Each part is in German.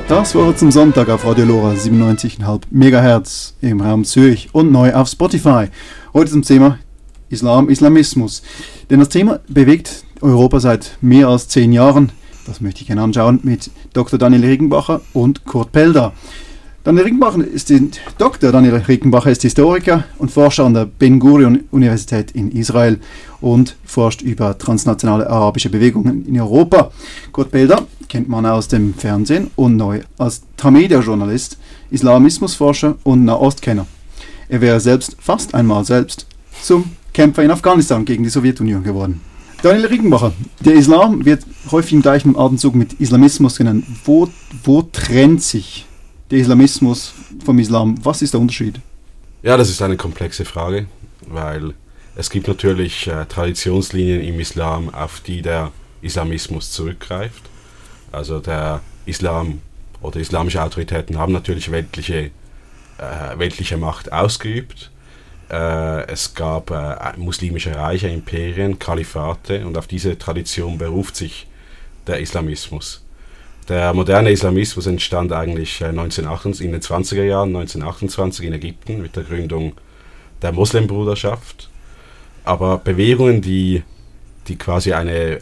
Das war zum Sonntag auf Radio Lora 97,5 MHz im Raum Zürich und neu auf Spotify. Heute zum Thema Islamismus. Denn das Thema bewegt Europa seit mehr als 10 Jahren. Das möchte ich gerne anschauen mit Dr. Daniel Rickenbacher und Kurt Pelder. Dr. Daniel Rickenbacher ist Historiker und Forscher an der Ben-Gurion-Universität in Israel und forscht über transnationale arabische Bewegungen in Europa. Kurt Pelder kennt man aus dem Fernsehen und neu als Tamedia-Journalist, Islamismusforscher und Nahostkenner. Er wäre fast einmal selbst zum Kämpfer in Afghanistan gegen die Sowjetunion geworden. Daniel Rickenbacher, der Islam wird häufig im gleichen Atemzug mit Islamismus genannt. Wo trennt sich der Islamismus vom Islam? Was ist der Unterschied? Ja, das ist eine komplexe Frage, weil es gibt natürlich Traditionslinien im Islam, auf die der Islamismus zurückgreift. Also der Islam oder islamische Autoritäten haben natürlich weltliche Macht ausgeübt. Es gab muslimische Reiche, Imperien, Kalifate und auf diese Tradition beruft sich der Islamismus. Der moderne Islamismus entstand eigentlich in den 20er Jahren, 1928 in Ägypten mit der Gründung der Moslembruderschaft. Aber Bewegungen, die quasi eine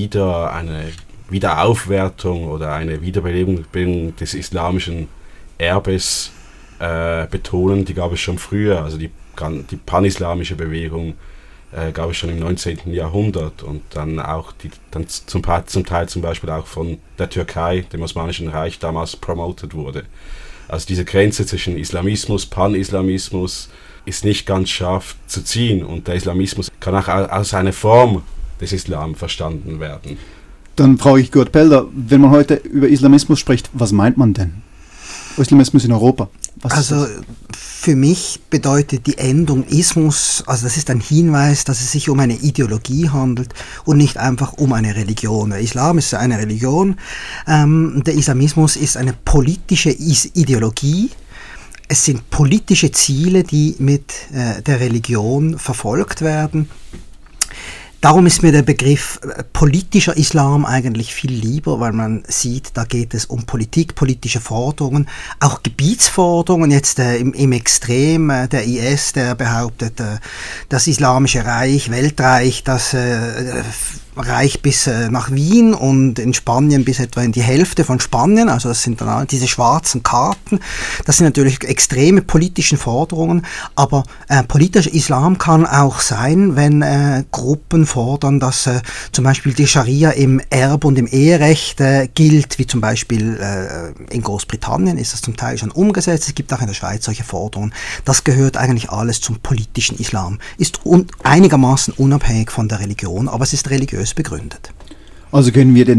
Wiederaufwertung oder eine Wiederbelebung des islamischen Erbes betonen, die gab es schon früher. Also die panislamische Bewegung gab es schon im 19. Jahrhundert und dann auch zum Teil zum Beispiel auch von der Türkei, dem Osmanischen Reich, damals promotet wurde. Also diese Grenze zwischen Islamismus, Panislamismus ist nicht ganz scharf zu ziehen und der Islamismus kann auch als eine Form des Islam verstanden werden. Dann frage ich Kurt Pelder, wenn man heute über Islamismus spricht, was meint man denn? Islamismus in Europa. Also für mich bedeutet die Endung Ismus, also das ist ein Hinweis, dass es sich um eine Ideologie handelt und nicht einfach um eine Religion. Der Islam ist eine Religion, der Islamismus ist eine politische Ideologie. Es sind politische Ziele, die mit der Religion verfolgt werden. Darum ist mir der Begriff politischer Islam eigentlich viel lieber, weil man sieht, da geht es um Politik, politische Forderungen, auch Gebietsforderungen. Jetzt im Extrem der IS, der behauptet, das Islamische Reich, Weltreich, das reicht bis nach Wien und in Spanien bis etwa in die Hälfte von Spanien. Also das sind dann diese schwarzen Karten. Das sind natürlich extreme politische Forderungen, aber politischer Islam kann auch sein, wenn Gruppen fordern, dass zum Beispiel die Scharia im Erb- und im Eherecht gilt, wie zum Beispiel in Großbritannien ist das zum Teil schon umgesetzt. Es gibt auch in der Schweiz solche Forderungen. Das gehört eigentlich alles zum politischen Islam. Ist einigermaßen unabhängig von der Religion, aber es ist religiös begründet. Also können wir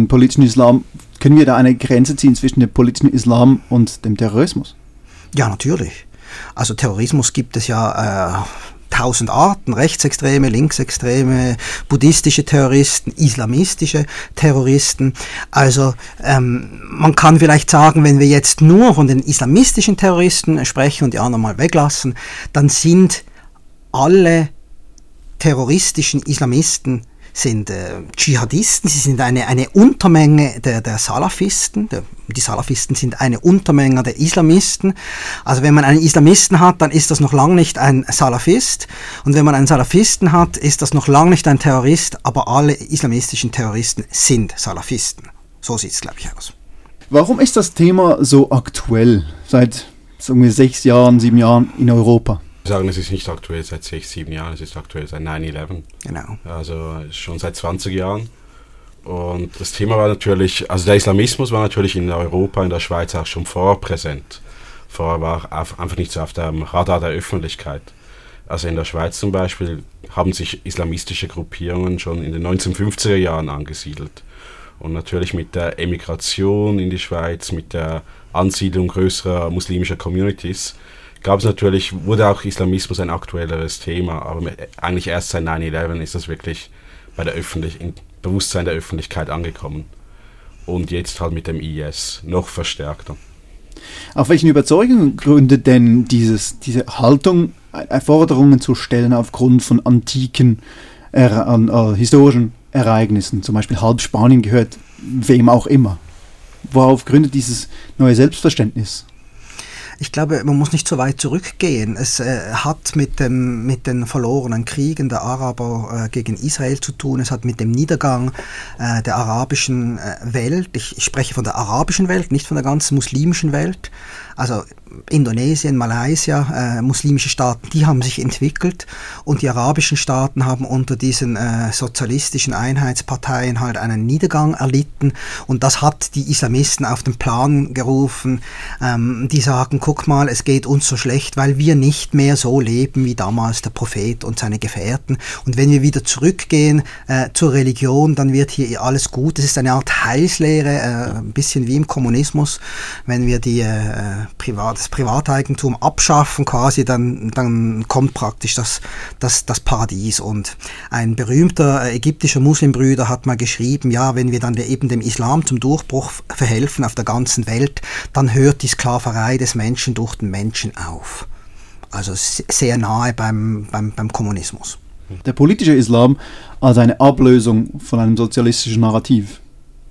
da eine Grenze ziehen zwischen dem politischen Islam und dem Terrorismus? Ja, natürlich. Also Terrorismus gibt es ja 1000 Arten, rechtsextreme, linksextreme, buddhistische Terroristen, islamistische Terroristen. Also man kann vielleicht sagen, wenn wir jetzt nur von den islamistischen Terroristen sprechen und die anderen mal weglassen, dann sind alle terroristischen Islamisten sind Dschihadisten, sie sind eine Untermenge der Salafisten. Die Salafisten sind eine Untermenge der Islamisten. Also wenn man einen Islamisten hat, dann ist das noch lange nicht ein Salafist. Und wenn man einen Salafisten hat, ist das noch lange nicht ein Terrorist. Aber alle islamistischen Terroristen sind Salafisten. So sieht es, glaube ich, aus. Warum ist das Thema so aktuell seit 6 Jahren, 7 Jahren in Europa? Sagen, es ist nicht aktuell seit 6, 7 Jahren, es ist aktuell seit 9/11. Genau. Also schon seit 20 Jahren. Und das Thema war natürlich, also der Islamismus war natürlich in Europa, in der Schweiz auch schon vorher präsent. Vorher war einfach nicht so auf dem Radar der Öffentlichkeit. Also in der Schweiz zum Beispiel haben sich islamistische Gruppierungen schon in den 1950er Jahren angesiedelt. Und natürlich mit der Emigration in die Schweiz, mit der Ansiedlung größerer muslimischer Communities, wurde auch Islamismus ein aktuelleres Thema, aber eigentlich erst seit 9/11 ist das wirklich im Bewusstsein der Öffentlichkeit angekommen. Und jetzt halt mit dem IS noch verstärkter. Auf welchen Überzeugungen gründet denn diese Haltung, Forderungen zu stellen aufgrund von antiken, historischen Ereignissen? Zum Beispiel halb Spanien gehört wem auch immer. Worauf gründet dieses neue Selbstverständnis? Ich glaube, man muss nicht so weit zurückgehen. Es hat mit den verlorenen Kriegen der Araber gegen Israel zu tun. Es hat mit dem Niedergang der arabischen Welt, ich spreche von der arabischen Welt, nicht von der ganzen muslimischen Welt, also Indonesien, Malaysia, muslimische Staaten, die haben sich entwickelt und die arabischen Staaten haben unter diesen sozialistischen Einheitsparteien halt einen Niedergang erlitten und das hat die Islamisten auf den Plan gerufen, die sagen, guck mal, es geht uns so schlecht, weil wir nicht mehr so leben wie damals der Prophet und seine Gefährten und wenn wir wieder zurückgehen zur Religion, dann wird hier alles gut. Es ist eine Art Heilslehre, ein bisschen wie im Kommunismus, wenn wir das Privateigentum abschaffen quasi, dann kommt praktisch das Paradies. Und ein berühmter ägyptischer Muslimbruder hat mal geschrieben, ja, wenn wir dann eben dem Islam zum Durchbruch verhelfen auf der ganzen Welt, dann hört die Sklaverei des Menschen durch den Menschen auf. Also sehr nahe beim Kommunismus. Der politische Islam als eine Ablösung von einem sozialistischen Narrativ.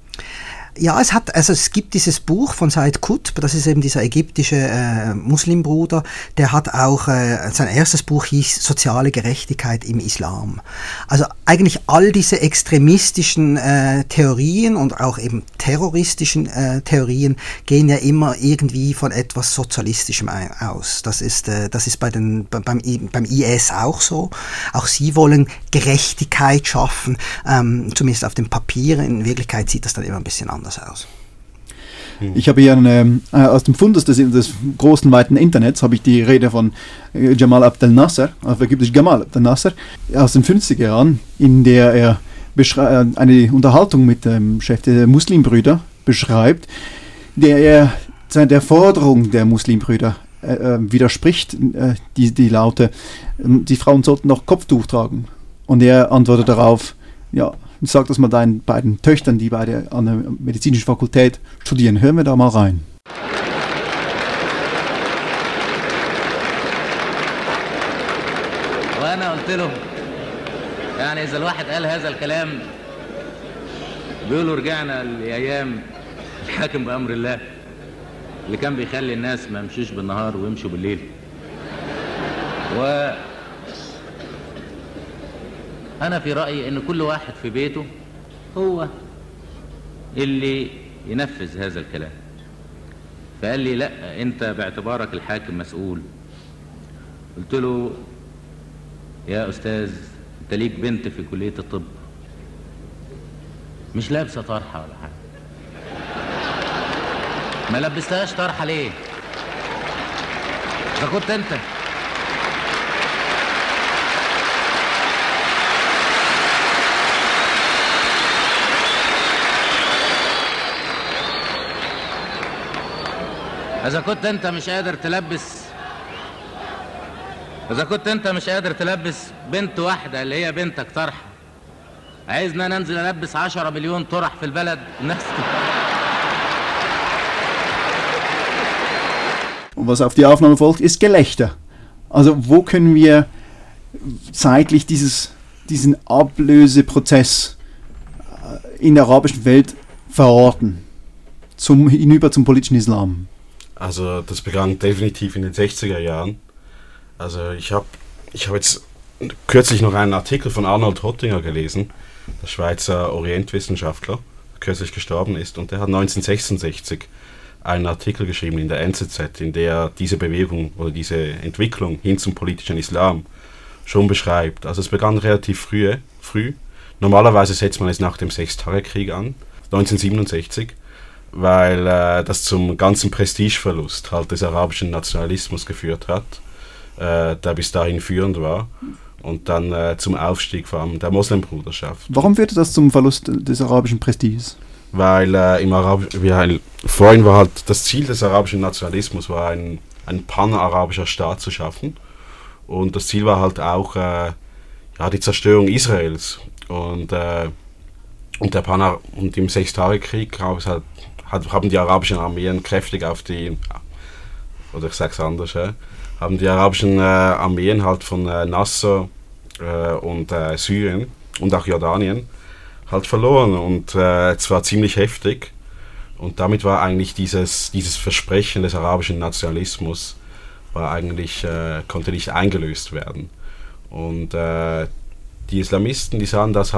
Ja, es gibt dieses Buch von Said Qutb, das ist eben dieser ägyptische Muslimbruder, der hat auch, sein erstes Buch hieß Soziale Gerechtigkeit im Islam. Also eigentlich all diese extremistischen Theorien und auch eben terroristischen Theorien gehen ja immer irgendwie von etwas Sozialistischem aus. Das ist beim IS auch so. Auch sie wollen Gerechtigkeit schaffen, zumindest auf dem Papier. In Wirklichkeit sieht das dann immer ein bisschen anders aus. Ich habe hier aus dem Fundus des großen, weiten Internets habe ich die Rede von Jamal Abdel Nasser, auf Ägyptisch Gamal Abdel Nasser, aus den 50er Jahren, in der er eine Unterhaltung mit dem Chef der Muslimbrüder beschreibt, der der Forderung der Muslimbrüder widerspricht, die laute, die Frauen sollten noch Kopftuch tragen. Und er antwortet darauf, ja, sag das mal deinen beiden Töchtern, die beide an der medizinischen Fakultät studieren. Hören wir da mal rein. وأنا قلت له يعني إذا الواحد قال هذا الكلام بيقولوا رجعنا لأيام الحاكم بأمر الله اللي كان بيخلي الناس ما يمشوش بالنهار ويمشوا بالليل. أنا في رأيي إن كل واحد في بيته هو اللي ينفذ هذا الكلام. فقال لي لا أنت باعتبارك الحاكم مسؤول. قلت له يا أستاذ أنت ليك بنت في كلية الطب مش لابسة طرحة ولا حاجة. ما لبستهاش طرحة ليه؟ إذا كنت أنت إذا كنت أنت مش قادر تلبس بنت واحدة اللي هي بنتك طرحة عايزنا ننزل ألبس 10 مليون طرح في البلد الناس. Und was auf die Aufnahme folgt, ist Gelächter. Also wo können wir zeitlich diesen Ablöseprozess in der arabischen Welt verorten, hinüber zum politischen Islam? Also das begann definitiv in den 60er Jahren. Also ich hab jetzt kürzlich noch einen Artikel von Arnold Hottinger gelesen, der Schweizer Orientwissenschaftler, der kürzlich gestorben ist, und der hat 1966 einen Artikel geschrieben in der NZZ, in der er diese Bewegung oder diese Entwicklung hin zum politischen Islam schon beschreibt. Also es begann relativ früh. Normalerweise setzt man es nach dem Sechstagekrieg an, 1967, weil das zum ganzen Prestigeverlust halt des arabischen Nationalismus geführt hat, der bis dahin führend war, und dann zum Aufstieg vor allem der Moslembruderschaft. Warum führte das zum Verlust des arabischen Prestiges? Weil vorhin war halt das Ziel des arabischen Nationalismus war ein pan-arabischer Staat zu schaffen, und das Ziel war halt auch die Zerstörung Israels, und im Sechstagekrieg haben die arabischen Armeen kräftig haben die arabischen Armeen halt von Nasser und Syrien und auch Jordanien halt verloren, und zwar ziemlich heftig. Und damit war eigentlich dieses Versprechen des arabischen Nationalismus konnte nicht eingelöst werden. Und die Islamisten, die sahen das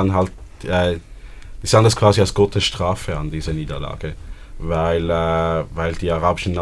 quasi als Gottes Strafe an, diese Niederlage. Weil die arabischen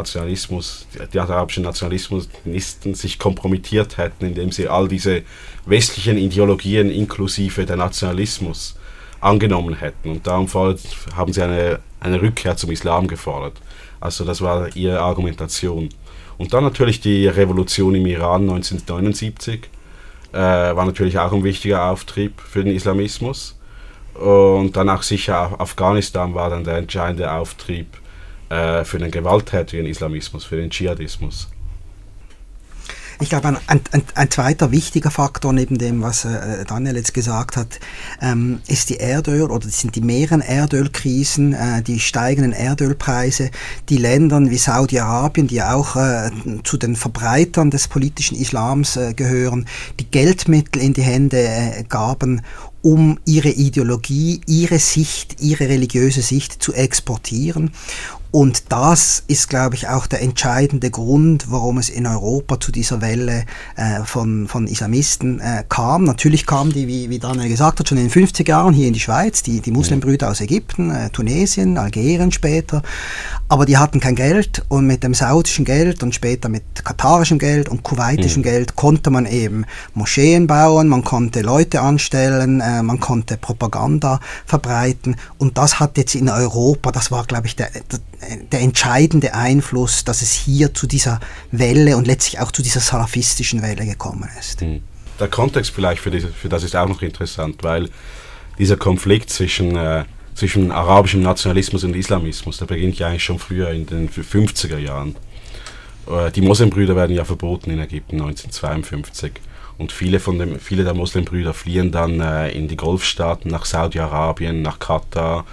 Nationalisten sich kompromittiert hätten, indem sie all diese westlichen Ideologien inklusive der Nationalismus angenommen hätten. Und darum haben sie eine Rückkehr zum Islam gefordert. Also das war ihre Argumentation. Und dann natürlich die Revolution im Iran 1979 war natürlich auch ein wichtiger Auftrieb für den Islamismus. Und dann auch sicher Afghanistan war dann der entscheidende Auftrieb für den gewalttätigen Islamismus, für den Dschihadismus. Ich glaube, ein zweiter wichtiger Faktor neben dem, was Daniel jetzt gesagt hat, ist sind die mehreren Erdölkrisen, die steigenden Erdölpreise, die Länder wie Saudi-Arabien, die auch zu den Verbreitern des politischen Islams gehören, die Geldmittel in die Hände gaben, um ihre Ideologie, ihre religiöse Sicht zu exportieren. Und das ist, glaube ich, auch der entscheidende Grund, warum es in Europa zu dieser Welle von Islamisten kam. Natürlich kamen die, wie Daniel gesagt hat, schon in den 50er Jahren hier in die Schweiz, die Muslimbrüder aus Ägypten, Tunesien, Algerien später. Aber die hatten kein Geld, und mit dem saudischen Geld und später mit katarischem Geld und kuwaitischem Geld konnte man eben Moscheen bauen, man konnte Leute anstellen, man konnte Propaganda verbreiten. Und das hat jetzt in Europa, das war, glaube ich, der entscheidende Einfluss, dass es hier zu dieser Welle und letztlich auch zu dieser salafistischen Welle gekommen ist. Der Kontext vielleicht für das ist auch noch interessant, weil dieser Konflikt zwischen arabischem Nationalismus und Islamismus, der beginnt ja eigentlich schon früher in den 50er Jahren. Die Moslembrüder werden ja verboten in Ägypten 1952 und viele der Moslembrüder fliehen dann in die Golfstaaten, nach Saudi-Arabien, nach Katar.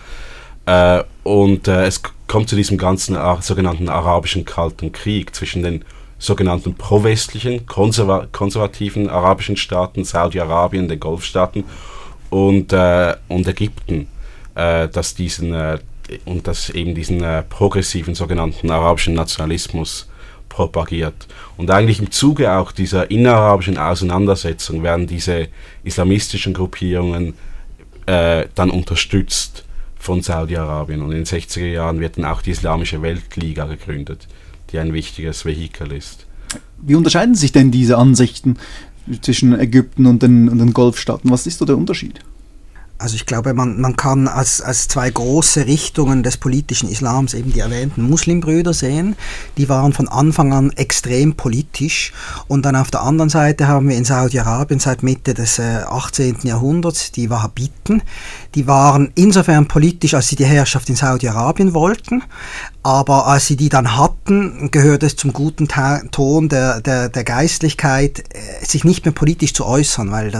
Es kommt zu diesem ganzen sogenannten arabischen Kalten Krieg zwischen den sogenannten pro-westlichen, konservativen arabischen Staaten, Saudi-Arabien, den Golfstaaten und Ägypten, das eben diesen progressiven sogenannten arabischen Nationalismus propagiert. Und eigentlich im Zuge auch dieser innerarabischen Auseinandersetzung werden diese islamistischen Gruppierungen dann unterstützt von Saudi-Arabien. Und in den 60er Jahren wird dann auch die Islamische Weltliga gegründet, die ein wichtiges Vehikel ist. Wie unterscheiden sich denn diese Ansichten zwischen Ägypten und den Golfstaaten? Was ist da der Unterschied? Also ich glaube, man kann als zwei große Richtungen des politischen Islams eben die erwähnten Muslimbrüder sehen. Die waren von Anfang an extrem politisch. Und dann auf der anderen Seite haben wir in Saudi-Arabien seit Mitte des 18. Jahrhunderts die Wahhabiten. Die waren insofern politisch, als sie die Herrschaft in Saudi-Arabien wollten. Aber als sie die dann hatten, gehört es zum guten Ton der Geistlichkeit, sich nicht mehr politisch zu äußern, weil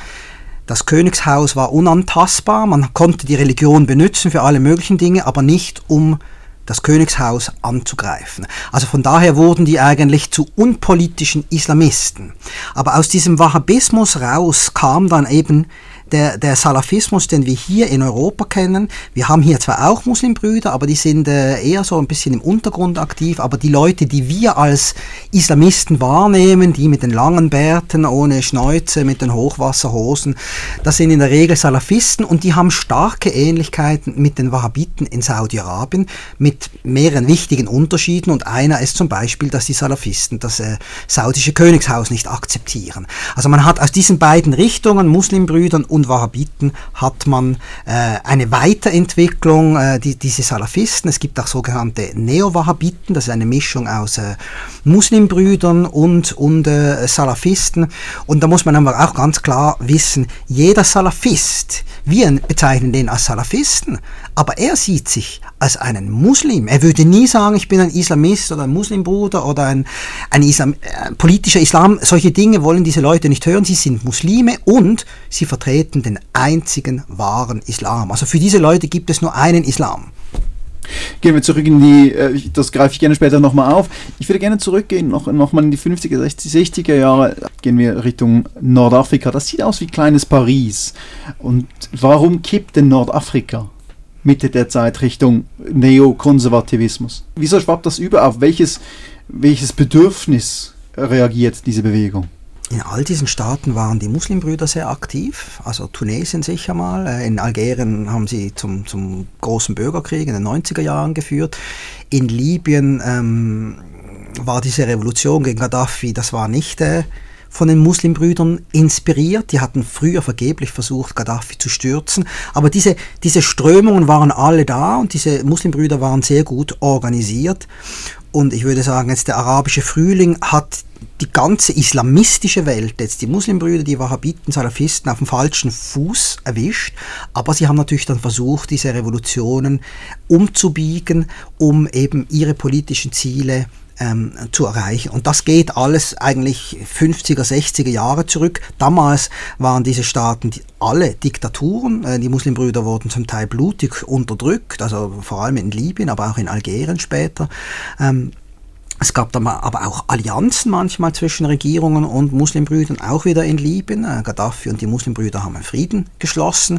das Königshaus war unantastbar, man konnte die Religion benutzen für alle möglichen Dinge, aber nicht um das Königshaus anzugreifen. Also von daher wurden die eigentlich zu unpolitischen Islamisten. Aber aus diesem Wahhabismus raus kam dann eben der Salafismus, den wir hier in Europa kennen. Wir haben hier zwar auch Muslimbrüder, aber die sind eher so ein bisschen im Untergrund aktiv, aber die Leute, die wir als Islamisten wahrnehmen, die mit den langen Bärten, ohne Schnäuze, mit den Hochwasserhosen, das sind in der Regel Salafisten und die haben starke Ähnlichkeiten mit den Wahhabiten in Saudi-Arabien, mit mehreren wichtigen Unterschieden, und einer ist zum Beispiel, dass die Salafisten das saudische Königshaus nicht akzeptieren. Also man hat aus diesen beiden Richtungen, Muslimbrüdern und Wahhabiten, hat man eine Weiterentwicklung diese Salafisten. Es gibt auch sogenannte Neo-Wahhabiten, das ist eine Mischung aus Muslimbrüdern und Salafisten. Und da muss man aber auch ganz klar wissen, jeder Salafist, wir bezeichnen den als Salafisten, aber er sieht sich als einen Muslim. Er würde nie sagen, ich bin ein Islamist oder ein Muslimbruder oder ein politischer Islam. Solche Dinge wollen diese Leute nicht hören. Sie sind Muslime und sie vertreten den einzigen wahren Islam. Also für diese Leute gibt es nur einen Islam. Gehen wir zurück in das greife ich gerne später nochmal auf. Ich würde gerne zurückgehen, noch mal in die 50er, 60er Jahre, gehen wir Richtung Nordafrika. Das sieht aus wie kleines Paris. Und warum kippt denn Nordafrika? Mitte der Zeit Richtung Neokonservativismus. Wieso schwappt das über? Auf welches Bedürfnis reagiert diese Bewegung? In all diesen Staaten waren die Muslimbrüder sehr aktiv, also Tunesien sicher mal, in Algerien haben sie zum großen Bürgerkrieg in den 90er Jahren geführt, in Libyen war diese Revolution gegen Gaddafi, das war nicht von den Muslimbrüdern inspiriert, die hatten früher vergeblich versucht, Gaddafi zu stürzen, aber diese Strömungen waren alle da und diese Muslimbrüder waren sehr gut organisiert und ich würde sagen, jetzt der arabische Frühling hat die ganze islamistische Welt, jetzt die Muslimbrüder, die Wahhabiten, Salafisten auf dem falschen Fuß erwischt, aber sie haben natürlich dann versucht, diese Revolutionen umzubiegen, um eben ihre politischen Ziele zu erreichen. Und das geht alles eigentlich 50er, 60er Jahre zurück. Damals waren diese Staaten alle Diktaturen. Die Muslimbrüder wurden zum Teil blutig unterdrückt, also vor allem in Libyen, aber auch in Algerien später. Es gab dann aber auch Allianzen manchmal zwischen Regierungen und Muslimbrüdern, auch wieder in Libyen. Gaddafi und die Muslimbrüder haben einen Frieden geschlossen.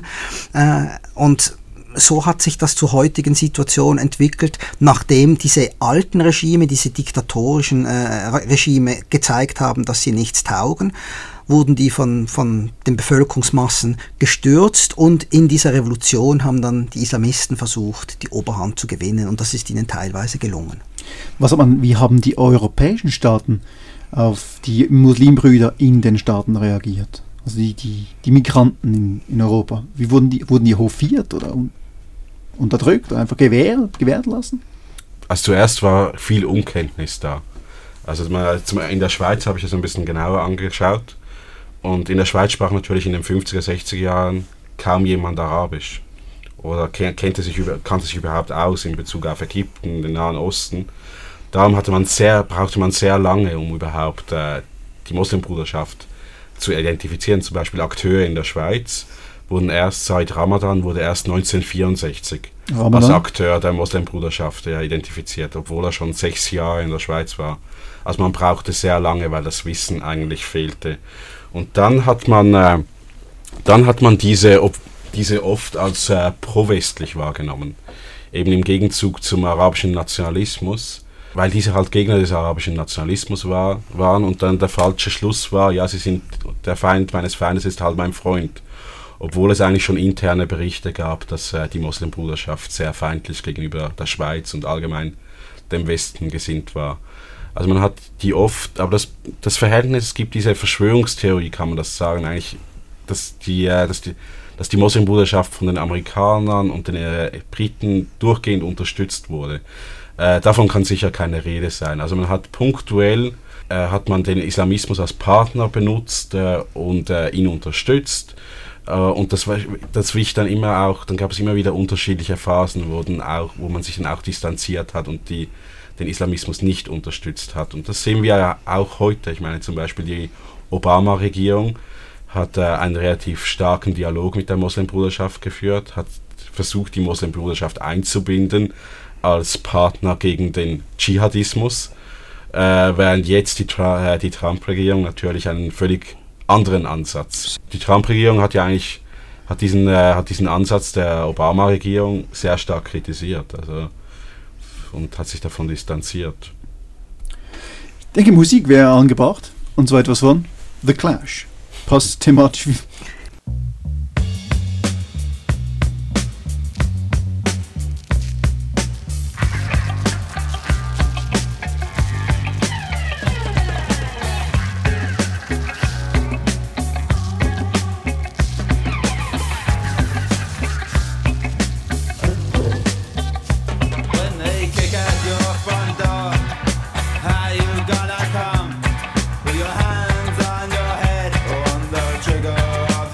Und so hat sich das zur heutigen Situation entwickelt, nachdem diese alten Regime, diese diktatorischen Regime gezeigt haben, dass sie nichts taugen, wurden die von den Bevölkerungsmassen gestürzt und in dieser Revolution haben dann die Islamisten versucht, die Oberhand zu gewinnen und das ist ihnen teilweise gelungen. Wie haben die europäischen Staaten auf die Muslimbrüder in den Staaten reagiert? Also die Migranten in Europa, wie wurden die hofiert oder unterdrückt oder einfach gewährt lassen? Also zuerst war viel Unkenntnis da. Also in der Schweiz habe ich das ein bisschen genauer angeschaut und in der Schweiz sprach natürlich in den 50er, 60er Jahren kaum jemand Arabisch oder kannte sich überhaupt aus in Bezug auf Ägypten, den Nahen Osten. Darum brauchte man sehr lange, um überhaupt die Muslimbruderschaft zu identifizieren. Zum Beispiel Akteure in der Schweiz wurde erst 1964 als Akteur der Muslimbruderschaft identifiziert, obwohl er schon 6 Jahre in der Schweiz war. Also man brauchte sehr lange, weil das Wissen eigentlich fehlte. Und dann hat man diese oft als pro-westlich wahrgenommen. Eben im Gegenzug zum arabischen Nationalismus, weil diese halt Gegner des arabischen Nationalismus waren und dann der falsche Schluss war, ja, sie sind der Feind meines Feindes ist halt mein Freund. Obwohl es eigentlich schon interne Berichte gab, dass die Muslimbruderschaft sehr feindlich gegenüber der Schweiz und allgemein dem Westen gesinnt war. Also man hat die oft, aber das Verhältnis, es gibt diese Verschwörungstheorie, kann man das sagen, eigentlich, dass die Muslimbruderschaft von den Amerikanern und den Briten durchgehend unterstützt wurde. Davon kann sicher keine Rede sein. Also man hat punktuell hat man den Islamismus als Partner benutzt und ihn unterstützt. Und das wich dann immer auch, dann gab es immer wieder unterschiedliche Phasen, wo man sich dann auch distanziert hat und den Islamismus nicht unterstützt hat. Und das sehen wir ja auch heute. Ich meine zum Beispiel die Obama-Regierung hat einen relativ starken Dialog mit der Muslimbruderschaft geführt, hat versucht, die Muslimbruderschaft einzubinden als Partner gegen den Dschihadismus, während jetzt die Trump-Regierung natürlich einen völlig anderen Ansatz. Die Trump-Regierung hat diesen Ansatz der Obama-Regierung sehr stark kritisiert, und hat sich davon distanziert. Ich denke, Musik wäre angebracht, und so etwas von The Clash. Passt thematisch. Hands on your head, on the trigger of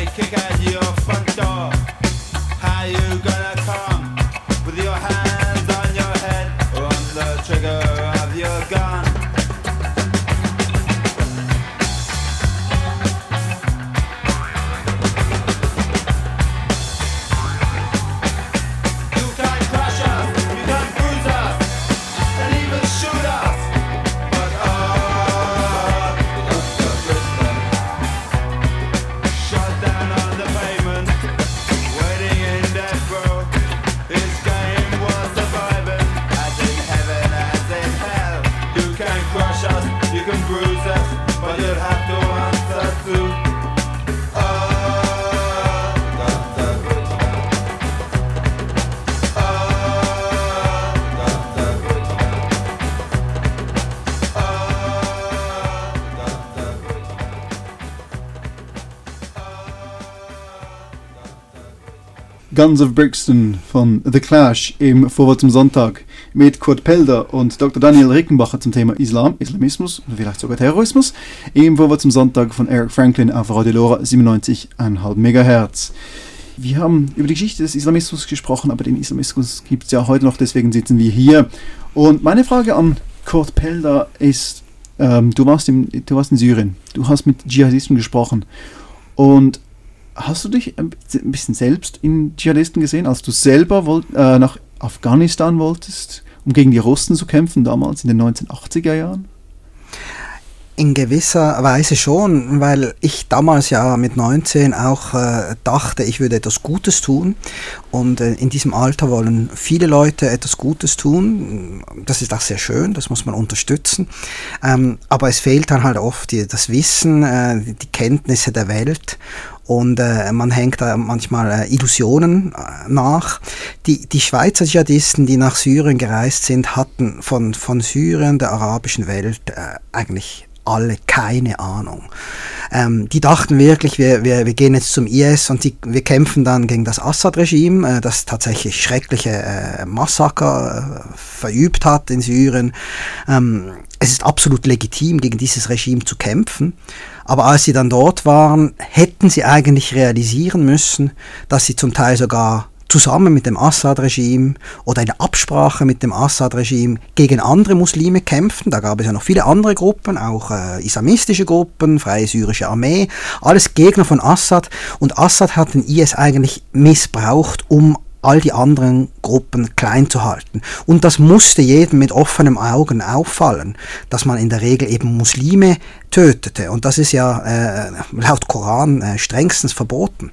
kick out your front door. How you gonna come with your hands on your head or on the trigger of your gun? You can't crush us, you can't bruise us, and even shoot us. But Dr. Britain, shot down on the pavement, waiting in death row. His game was surviving, as in heaven, as in hell. You can crush us, you can bruise us, but you'll have to answer to Dr. Britain. Dr. Britain. Dr. Britain. Guns of Brixton von The Clash im Vorwort zum Sonntag mit Kurt Pelder und Dr. Daniel Rickenbacher zum Thema Islam, Islamismus und vielleicht sogar Terrorismus im Vorwort zum Sonntag von Eric Franklin auf Radio Lora 97,5 MHz. Wir haben über die Geschichte des Islamismus gesprochen, aber den Islamismus gibt es ja heute noch, deswegen sitzen wir hier. Und meine Frage an Kurt Pelder ist, du warst in Syrien, du hast mit Dschihadisten gesprochen und hast du dich ein bisschen selbst in Dschihadisten gesehen, als du selber nach Afghanistan wolltest, um gegen die Russen zu kämpfen, damals in den 1980er Jahren? In gewisser Weise schon, weil ich damals ja mit 19 auch dachte, ich würde etwas Gutes tun. Und in diesem Alter wollen viele Leute etwas Gutes tun. Das ist auch sehr schön, das muss man unterstützen. Aber es fehlt dann halt oft das Wissen, die Kenntnisse der Welt. Und man hängt da manchmal Illusionen nach. Die Schweizer Dschihadisten, die nach Syrien gereist sind, hatten von Syrien, der arabischen Welt, eigentlich alle keine Ahnung. Die dachten wirklich, wir gehen jetzt zum IS und wir kämpfen dann gegen das Assad-Regime, das tatsächlich schreckliche Massaker verübt hat in Syrien. Es ist absolut legitim, gegen dieses Regime zu kämpfen. Aber als sie dann dort waren, hätten sie eigentlich realisieren müssen, dass sie zum Teil sogar zusammen mit dem Assad-Regime oder in Absprache mit dem Assad-Regime gegen andere Muslime kämpften. Da gab es ja noch viele andere Gruppen, auch islamistische Gruppen, Freie Syrische Armee, alles Gegner von Assad. Und Assad hat den IS eigentlich missbraucht, um all die anderen Gruppen klein zu halten. Und das musste jedem mit offenen Augen auffallen, dass man in der Regel eben Muslime tötete. Und das ist ja laut Koran strengstens verboten.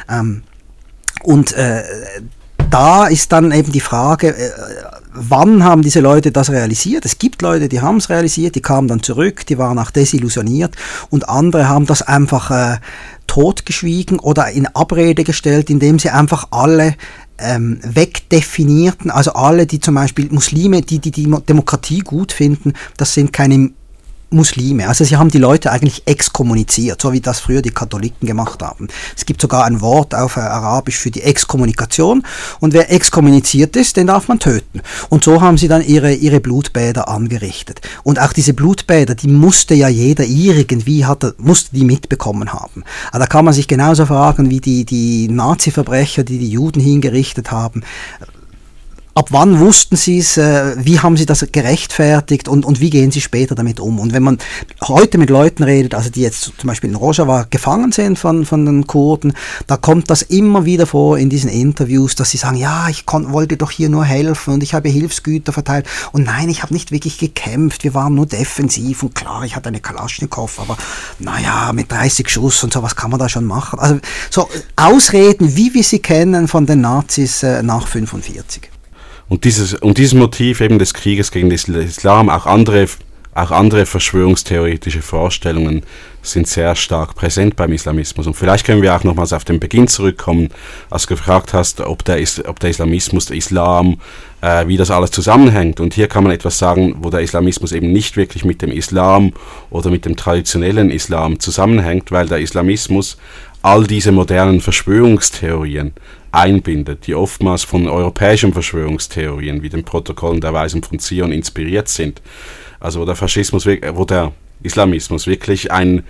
Da ist dann eben die Frage, wann haben diese Leute das realisiert? Es gibt Leute, die haben es realisiert, die kamen dann zurück, die waren auch desillusioniert und andere haben das einfach totgeschwiegen oder in Abrede gestellt, indem sie einfach alle wegdefinierten, also alle, die zum Beispiel Muslime, die Demokratie gut finden, das sind keine Muslime. Also sie haben die Leute eigentlich exkommuniziert, so wie das früher die Katholiken gemacht haben. Es gibt sogar ein Wort auf Arabisch für die Exkommunikation und wer exkommuniziert ist, den darf man töten. Und so haben sie dann ihre Blutbäder angerichtet. Und auch diese Blutbäder, die musste ja jeder irgendwie musste die mitbekommen haben. Aber da kann man sich genauso fragen, wie die Nazi-Verbrecher, die Juden hingerichtet haben. Ab wann wussten sie es, wie haben sie das gerechtfertigt und wie gehen sie später damit um? Und wenn man heute mit Leuten redet, also die jetzt zum Beispiel in Rojava gefangen sind von den Kurden, da kommt das immer wieder vor in diesen Interviews, dass sie sagen, ja, ich wollte doch hier nur helfen und ich habe Hilfsgüter verteilt und nein, ich habe nicht wirklich gekämpft, wir waren nur defensiv und klar, ich hatte eine Kalaschnikow, aber naja, mit 30 Schuss und sowas kann man da schon machen. Also so Ausreden, wie wir sie kennen von den Nazis nach 1945. Und dieses Motiv eben des Krieges gegen den Islam, auch andere verschwörungstheoretische Vorstellungen sind sehr stark präsent beim Islamismus. Und vielleicht können wir auch nochmals auf den Beginn zurückkommen, als du gefragt hast, ob der Islamismus, der Islam, wie das alles zusammenhängt. Und hier kann man etwas sagen, wo der Islamismus eben nicht wirklich mit dem Islam oder mit dem traditionellen Islam zusammenhängt, weil der Islamismus all diese modernen Verschwörungstheorien einbindet, die oftmals von europäischen Verschwörungstheorien wie den Protokollen der Weisen von Zion inspiriert sind. Also wo der Islamismus wirklich ein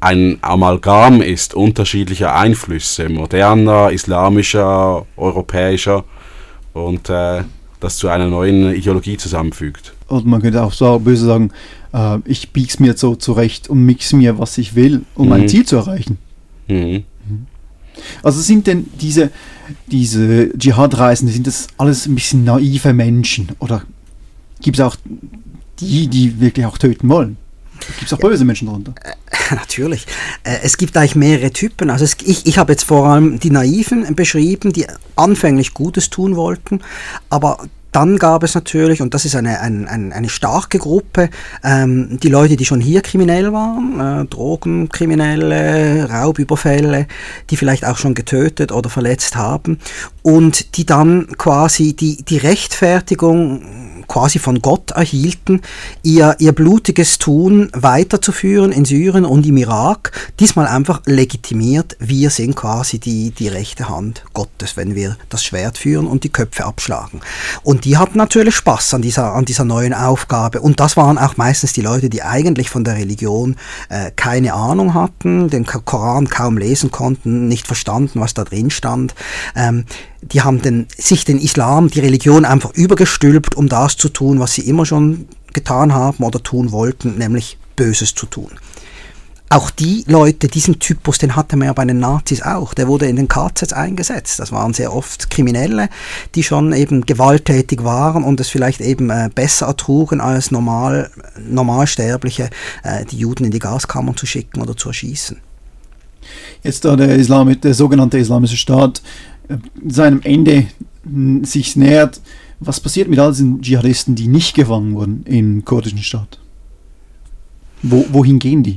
ein Amalgam ist unterschiedlicher Einflüsse, moderner, islamischer, europäischer, und das zu einer neuen Ideologie zusammenfügt. Und man könnte auch so böse sagen, ich bieg's mir so zurecht und mix mir, was ich will, um ein Ziel zu erreichen. Mhm. Also sind denn diese Dschihad-Reisenden, sind das alles ein bisschen naive Menschen? Oder gibt es auch die wirklich auch töten wollen? Gibt es auch böse Menschen darunter? Natürlich. Es gibt eigentlich mehrere Typen. Also ich habe jetzt vor allem die Naiven beschrieben, die anfänglich Gutes tun wollten, aber dann gab es natürlich, und das ist eine starke Gruppe, die Leute, die schon hier kriminell waren, Drogenkriminelle, Raubüberfälle, die vielleicht auch schon getötet oder verletzt haben und die dann quasi die Rechtfertigung quasi von Gott erhielten, ihr blutiges Tun weiterzuführen in Syrien und im Irak, diesmal einfach legitimiert, wir sind quasi die rechte Hand Gottes, wenn wir das Schwert führen und die Köpfe abschlagen. Und die hatten natürlich Spaß an dieser neuen Aufgabe, und das waren auch meistens die Leute, die eigentlich von der Religion keine Ahnung hatten, den Koran kaum lesen konnten, nicht verstanden, was da drin stand. Die haben sich den Islam, die Religion einfach übergestülpt, um das zu tun, was sie immer schon getan haben oder tun wollten, nämlich Böses zu tun. Auch die Leute, diesen Typus, den hatte man ja bei den Nazis auch, der wurde in den KZs eingesetzt. Das waren sehr oft Kriminelle, die schon eben gewalttätig waren und es vielleicht eben besser ertrugen als Normalsterbliche, die Juden in die Gaskammern zu schicken oder zu erschießen. Jetzt da der sogenannte Islamische Staat seinem Ende sich nähert, was passiert mit all diesen Dschihadisten, die nicht gefangen wurden im kurdischen Staat? Wohin gehen die?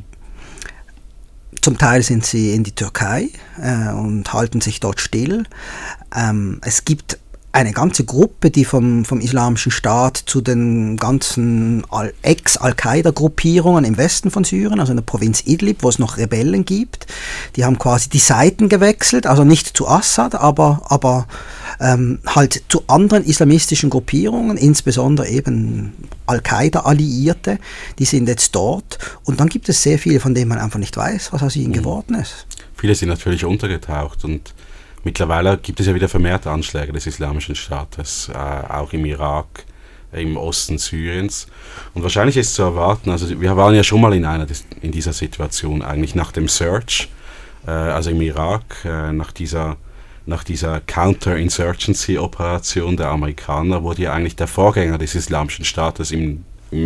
Zum Teil sind sie in die Türkei und halten sich dort still. Es gibt eine ganze Gruppe, die vom Islamischen Staat zu den ganzen Ex-Al-Qaida-Gruppierungen im Westen von Syrien, also in der Provinz Idlib, wo es noch Rebellen gibt, die haben quasi die Seiten gewechselt, also nicht zu Assad, aber halt zu anderen islamistischen Gruppierungen, insbesondere eben Al-Qaida-Alliierte, die sind jetzt dort, und dann gibt es sehr viele, von denen man einfach nicht weiß, was aus ihnen geworden ist. Viele sind natürlich untergetaucht, und mittlerweile gibt es ja wieder vermehrt Anschläge des Islamischen Staates, auch im Irak, im Osten Syriens. Und wahrscheinlich ist zu erwarten, also wir waren ja schon mal in dieser Situation eigentlich nach dem Surge, also im Irak, nach dieser Counter-Insurgency-Operation der Amerikaner, wurde ja eigentlich der Vorgänger des Islamischen Staates im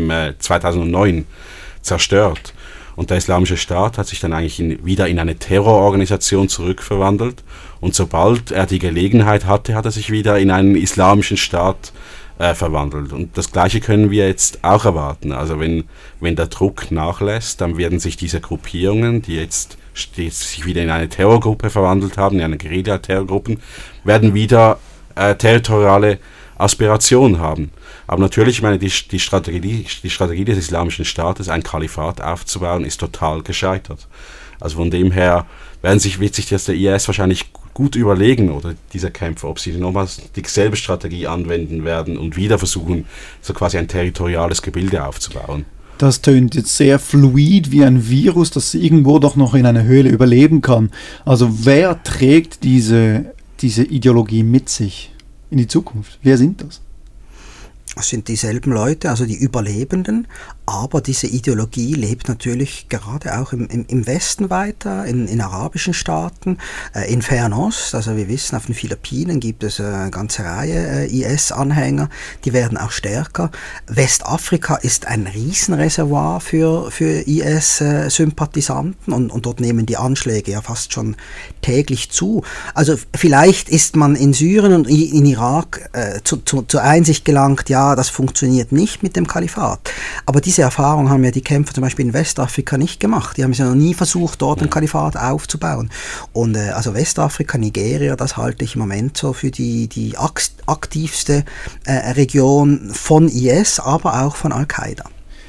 2009 zerstört. Und der Islamische Staat hat sich dann eigentlich wieder in eine Terrororganisation zurückverwandelt. Und sobald er die Gelegenheit hatte, hat er sich wieder in einen islamischen Staat verwandelt. Und das Gleiche können wir jetzt auch erwarten. Also wenn der Druck nachlässt, dann werden sich diese Gruppierungen, die jetzt sich wieder in eine Terrorgruppe verwandelt haben, in eine Guerilla-Terrorgruppen, werden wieder territoriale Aspirationen haben. Aber natürlich, ich meine, die Strategie des Islamischen Staates, ein Kalifat aufzubauen, ist total gescheitert. Also von dem her wird sich das der IS wahrscheinlich gut überlegen, oder dieser Kämpfer, ob sie nochmals dieselbe Strategie anwenden werden und wieder versuchen, so quasi ein territoriales Gebilde aufzubauen. Das tönt jetzt sehr fluid wie ein Virus, das irgendwo doch noch in einer Höhle überleben kann. Also wer trägt diese Ideologie mit sich in die Zukunft? Wer sind das? Es sind dieselben Leute, also die Überlebenden, aber diese Ideologie lebt natürlich gerade auch im Westen weiter, in arabischen Staaten, in Fernost. Also wir wissen, auf den Philippinen gibt es eine ganze Reihe IS-Anhänger, die werden auch stärker. Westafrika ist ein Riesenreservoir für IS-Sympathisanten und dort nehmen die Anschläge ja fast schon täglich zu. Also vielleicht ist man in Syrien und in Irak zur Einsicht gelangt, ja, das funktioniert nicht mit dem Kalifat. Aber diese Erfahrung haben ja die Kämpfer zum Beispiel in Westafrika nicht gemacht. Die haben es ja noch nie versucht, dort ein Kalifat aufzubauen. Und also Westafrika, Nigeria, das halte ich im Moment so für die aktivste Region von IS, aber auch von Al-Qaida.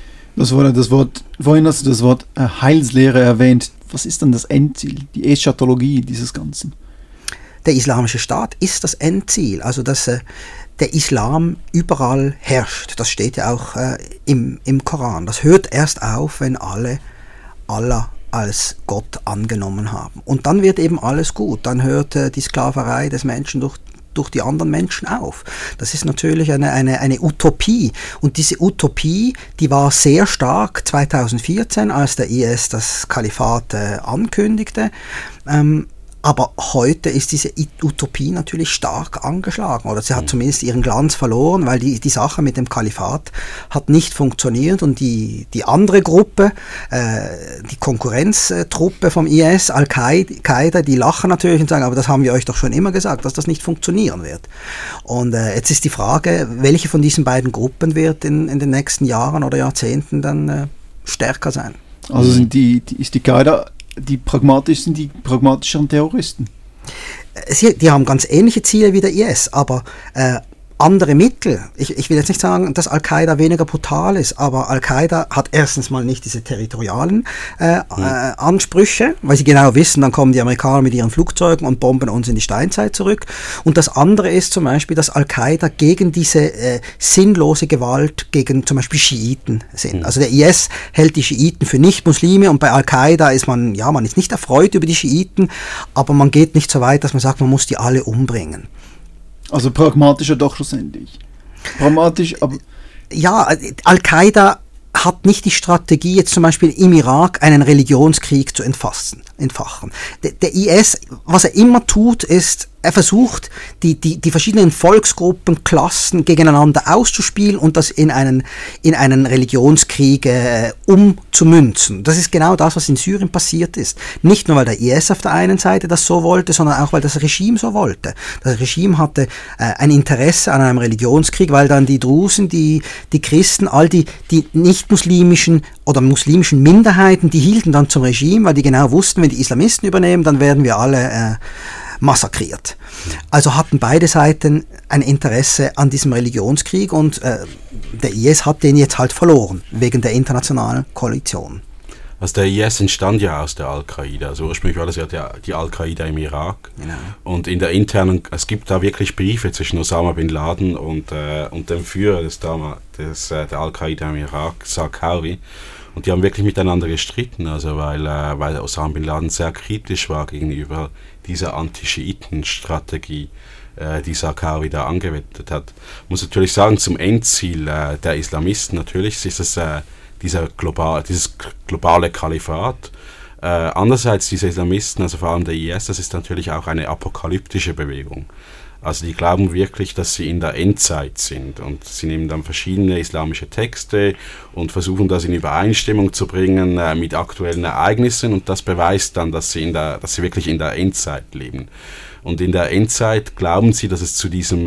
Vorhin hast du das Wort Heilslehre erwähnt. Was ist dann das Endziel, die Eschatologie dieses Ganzen? Der Islamische Staat ist das Endziel, also dass der Islam überall herrscht. Das steht ja auch im Koran. Das hört erst auf, wenn Allah als Gott angenommen haben. Und dann wird eben alles gut. Dann hört die Sklaverei des Menschen durch die anderen Menschen auf. Das ist natürlich eine Utopie. Und diese Utopie, die war sehr stark 2014, als der IS das Kalifat ankündigte. Aber heute ist diese Utopie natürlich stark angeschlagen, oder sie hat zumindest ihren Glanz verloren, weil die Sache mit dem Kalifat hat nicht funktioniert und die andere Gruppe, die Konkurrenztruppe vom IS, Al-Qaida, die lachen natürlich und sagen, aber das haben wir euch doch schon immer gesagt, dass das nicht funktionieren wird. Und jetzt ist die Frage, welche von diesen beiden Gruppen wird in den nächsten Jahren oder Jahrzehnten dann stärker sein? Also ist die Qaida die pragmatischeren Terroristen? Die haben ganz ähnliche Ziele wie der IS, aber andere Mittel. Ich will jetzt nicht sagen, dass Al-Qaida weniger brutal ist, aber Al-Qaida hat erstens mal nicht diese territorialen Ansprüche, weil sie genau wissen, dann kommen die Amerikaner mit ihren Flugzeugen und bomben uns in die Steinzeit zurück. Und das andere ist zum Beispiel, dass Al-Qaida gegen diese sinnlose Gewalt gegen zum Beispiel Schiiten sind. Also der IS hält die Schiiten für Nicht-Muslime und bei Al-Qaida ist man ist nicht erfreut über die Schiiten, aber man geht nicht so weit, dass man sagt, man muss die alle umbringen. Also pragmatischer doch schlussendlich. Pragmatisch, aber... Ja, Al-Qaida hat nicht die Strategie, jetzt zum Beispiel im Irak einen Religionskrieg zu entfachen. Der IS, was er immer tut, ist, er versucht, die verschiedenen Volksgruppen, Klassen gegeneinander auszuspielen und das in einen Religionskrieg umzumünzen. Das ist genau das, was in Syrien passiert ist. Nicht nur, weil der IS auf der einen Seite das so wollte, sondern auch, weil das Regime so wollte. Das Regime hatte ein Interesse an einem Religionskrieg, weil dann die Drusen, die Christen, all die nicht-muslimischen oder muslimischen Minderheiten, die hielten dann zum Regime, weil die genau wussten, wenn die Islamisten übernehmen, dann werden wir alle massakriert. Also hatten beide Seiten ein Interesse an diesem Religionskrieg und der IS hat den jetzt halt verloren, wegen der internationalen Koalition. Also der IS entstand ja aus der Al-Qaida. Also ursprünglich war das ja die Al-Qaida im Irak. Genau. Und in der internen, es gibt da wirklich Briefe zwischen Osama Bin Laden und dem Führer der Al-Qaida im Irak, Zarqawi. Und die haben wirklich miteinander gestritten, also weil Osama Bin Laden sehr kritisch war gegenüber dieser Anti-Schiiten-Strategie, die Zarqawi da angewendet hat. Ich muss natürlich sagen, zum Endziel der Islamisten natürlich ist es dieses globale Kalifat. Andererseits diese Islamisten, also vor allem der IS, das ist natürlich auch eine apokalyptische Bewegung. Also die glauben wirklich, dass sie in der Endzeit sind und sie nehmen dann verschiedene islamische Texte und versuchen das in Übereinstimmung zu bringen mit aktuellen Ereignissen und das beweist dann, dass sie wirklich in der Endzeit leben. Und in der Endzeit glauben sie, dass es zu diesem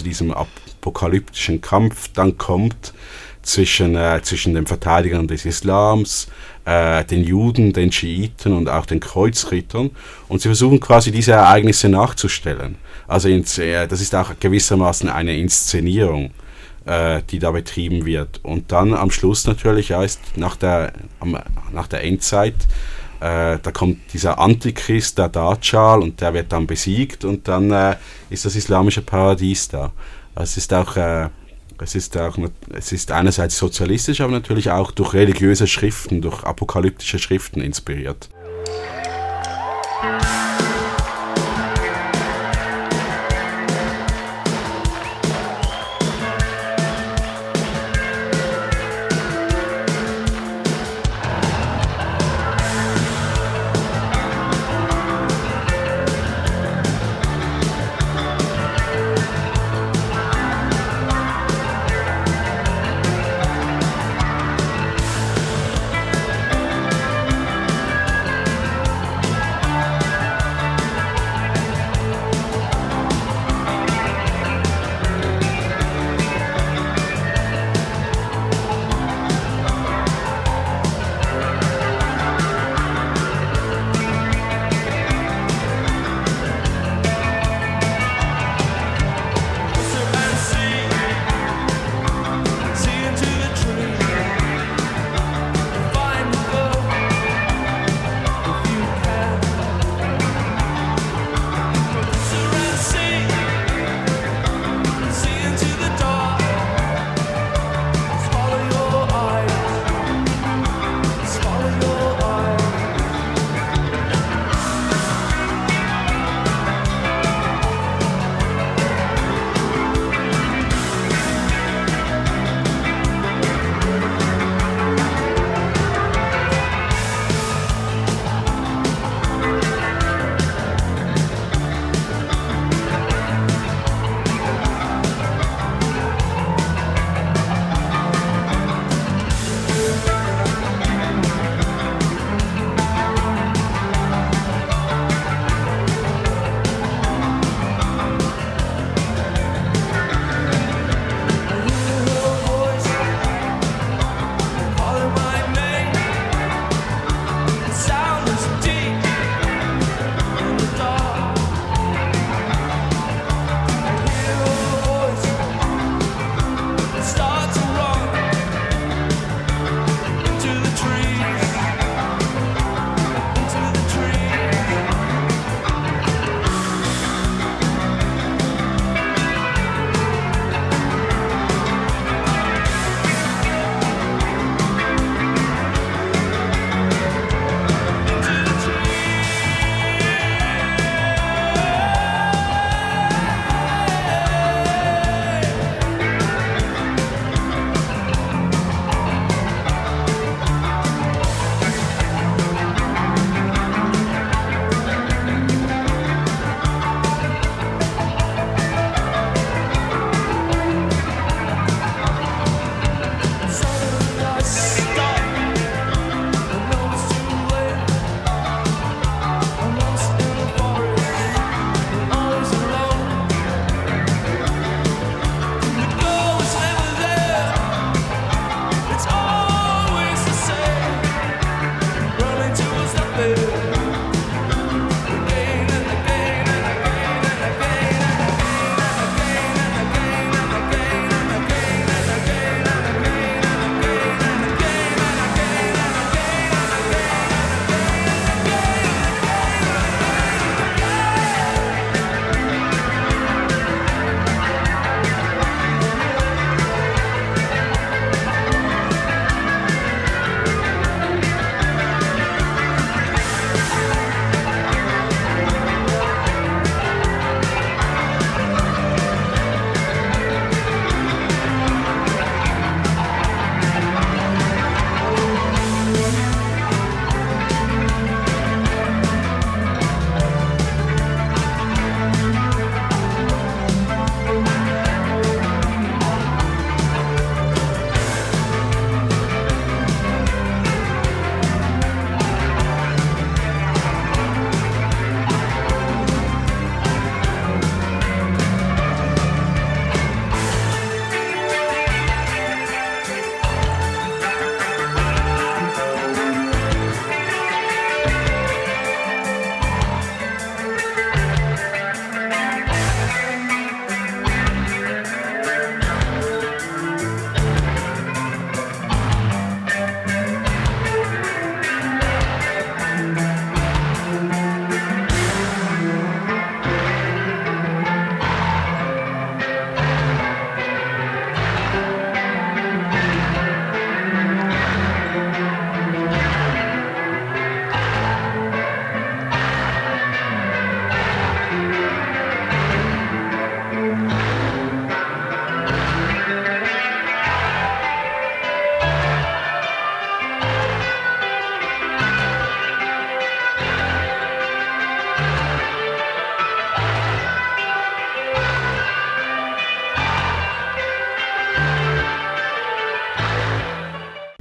apokalyptischen Kampf dann kommt zwischen den Verteidigern des Islams, den Juden, den Schiiten und auch den Kreuzrittern und sie versuchen quasi diese Ereignisse nachzustellen. Also das ist auch gewissermaßen eine Inszenierung, die da betrieben wird. Und dann am Schluss natürlich ist nach der Endzeit, da kommt dieser Antichrist, der Dajjal, und der wird dann besiegt und dann ist das islamische Paradies da. Es ist einerseits sozialistisch, aber natürlich auch durch religiöse Schriften, durch apokalyptische Schriften inspiriert.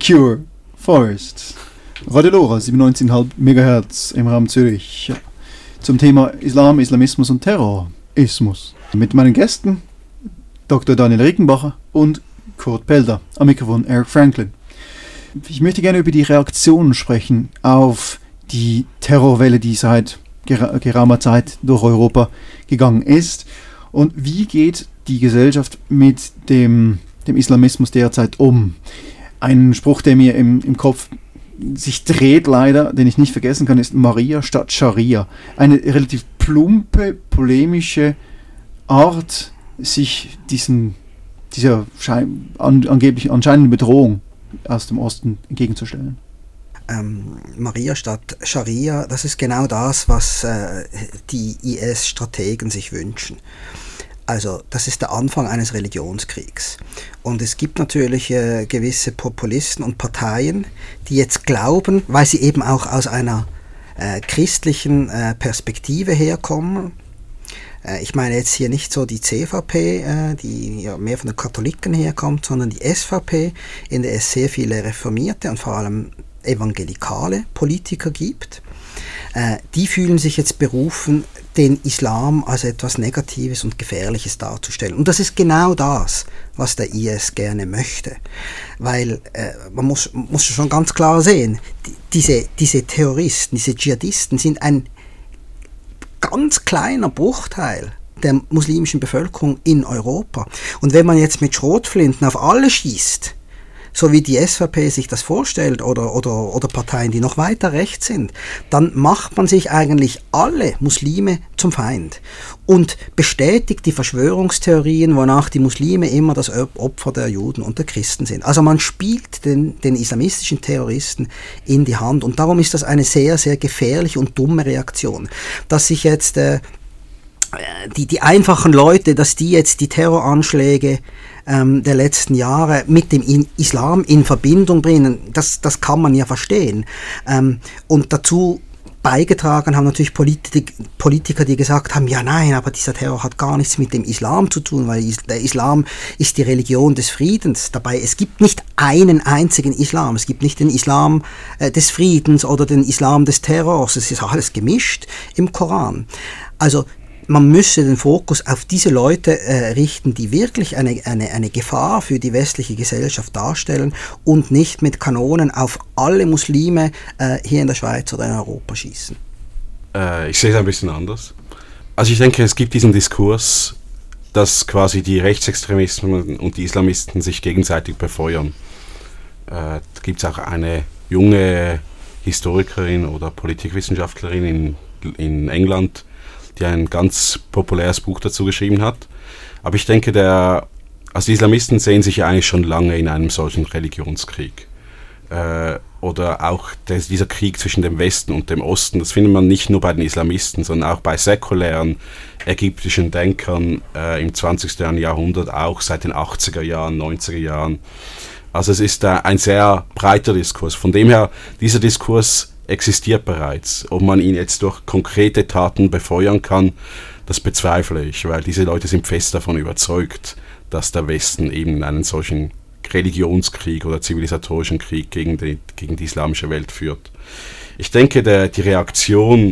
Cure, Forest. Radio Lora, 97,5 MHz im Raum Zürich. Zum Thema Islam, Islamismus und Terrorismus. Mit meinen Gästen Dr. Daniel Rickenbacher und Kurt Pelder. Am Mikrofon Eric Franklin. Ich möchte gerne über die Reaktionen sprechen auf die Terrorwelle, die seit geraumer Zeit durch Europa gegangen ist. Und wie geht die Gesellschaft mit dem Islamismus derzeit um? Ein Spruch, der mir im Kopf sich dreht leider, den ich nicht vergessen kann, ist Maria statt Scharia. Eine relativ plumpe, polemische Art, sich dieser angeblich anscheinenden Bedrohung aus dem Osten entgegenzustellen. Maria statt Scharia, das ist genau das, was die IS-Strategen sich wünschen. Also das ist der Anfang eines Religionskriegs. Und es gibt natürlich gewisse Populisten und Parteien, die jetzt glauben, weil sie eben auch aus einer christlichen Perspektive herkommen. Ich meine jetzt hier nicht so die CVP, die ja mehr von den Katholiken herkommt, sondern die SVP, in der es sehr viele reformierte und vor allem evangelikale Politiker gibt. Die fühlen sich jetzt berufen, den Islam als etwas Negatives und Gefährliches darzustellen. Und das ist genau das, was der IS gerne möchte. Weil man muss schon ganz klar sehen, diese Terroristen, diese Dschihadisten sind ein ganz kleiner Bruchteil der muslimischen Bevölkerung in Europa. Und wenn man jetzt mit Schrotflinten auf alle schießt, so wie die SVP sich das vorstellt oder Parteien, die noch weiter rechts sind, dann macht man sich eigentlich alle Muslime zum Feind und bestätigt die Verschwörungstheorien, wonach die Muslime immer das Opfer der Juden und der Christen sind. Also man spielt den islamistischen Terroristen in die Hand und darum ist das eine sehr, sehr gefährliche und dumme Reaktion, dass sich jetzt die einfachen Leute, dass die jetzt die Terroranschläge der letzten Jahre mit dem Islam in Verbindung bringen, das kann man ja verstehen. Und dazu beigetragen haben natürlich Politiker, die gesagt haben, ja nein, aber dieser Terror hat gar nichts mit dem Islam zu tun, weil der Islam ist die Religion des Friedens. Dabei, es gibt nicht einen einzigen Islam, es gibt nicht den Islam des Friedens oder den Islam des Terrors, es ist alles gemischt im Koran. Also man müsse den Fokus auf diese Leute richten, die wirklich eine Gefahr für die westliche Gesellschaft darstellen und nicht mit Kanonen auf alle Muslime hier in der Schweiz oder in Europa schießen. Ich sehe es ein bisschen anders. Also ich denke, es gibt diesen Diskurs, dass quasi die Rechtsextremisten und die Islamisten sich gegenseitig befeuern. Da gibt es auch eine junge Historikerin oder Politikwissenschaftlerin in England, die ein ganz populäres Buch dazu geschrieben hat. Aber ich denke, die Islamisten sehen sich ja eigentlich schon lange in einem solchen Religionskrieg. Oder auch dieser Krieg zwischen dem Westen und dem Osten, das findet man nicht nur bei den Islamisten, sondern auch bei säkulären ägyptischen Denkern im 20. Jahrhundert, auch seit den 80er Jahren, 90er Jahren. Also es ist ein sehr breiter Diskurs. Von dem her, dieser Diskurs existiert bereits. Ob man ihn jetzt durch konkrete Taten befeuern kann, das bezweifle ich, weil diese Leute sind fest davon überzeugt, dass der Westen eben einen solchen Religionskrieg oder zivilisatorischen Krieg gegen die islamische Welt führt. Ich denke, die Reaktion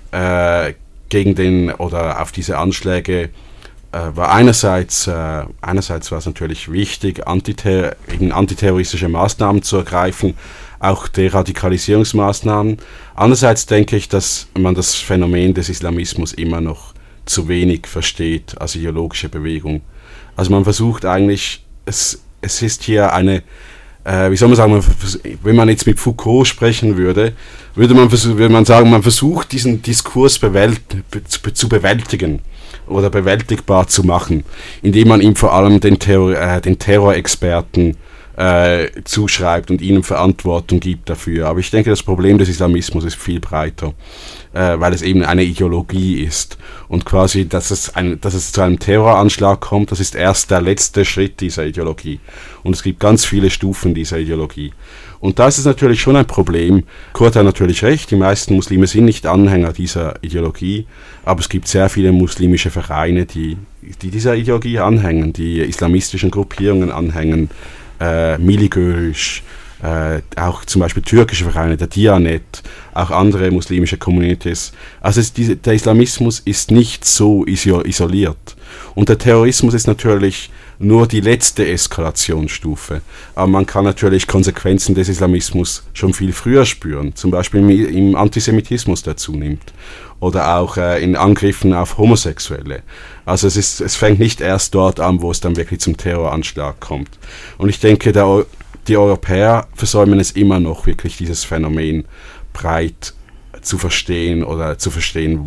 auf diese Anschläge war einerseits war es natürlich wichtig, antiterroristische Maßnahmen zu ergreifen, auch Deradikalisierungsmaßnahmen. Andererseits denke ich, dass man das Phänomen des Islamismus immer noch zu wenig versteht als ideologische Bewegung. Also man versucht eigentlich, es ist hier eine, wie soll man sagen, wenn man jetzt mit Foucault sprechen würde man sagen, man versucht diesen Diskurs zu bewältigen oder bewältigbar zu machen, indem man ihm vor allem den Terrorexperten zuschreibt und ihnen Verantwortung gibt dafür. Aber ich denke, das Problem des Islamismus ist viel breiter, weil es eben eine Ideologie ist. Und quasi, dass es zu einem Terroranschlag kommt, das ist erst der letzte Schritt dieser Ideologie. Und es gibt ganz viele Stufen dieser Ideologie. Und da ist es natürlich schon ein Problem. Kurt hat natürlich recht, die meisten Muslime sind nicht Anhänger dieser Ideologie, aber es gibt sehr viele muslimische Vereine, die dieser Ideologie anhängen, die islamistischen Gruppierungen anhängen, militärisch, auch zum Beispiel türkische Vereine, der Diyanet, auch andere muslimische Communities. Also der Islamismus ist nicht so isoliert. Und der Terrorismus ist natürlich nur die letzte Eskalationsstufe. Aber man kann natürlich Konsequenzen des Islamismus schon viel früher spüren, zum Beispiel im Antisemitismus, der zunimmt, oder auch in Angriffen auf Homosexuelle. Also es fängt nicht erst dort an, wo es dann wirklich zum Terroranschlag kommt. Und ich denke, die Europäer versäumen es immer noch, wirklich dieses Phänomen breit zu verstehen oder zu verstehen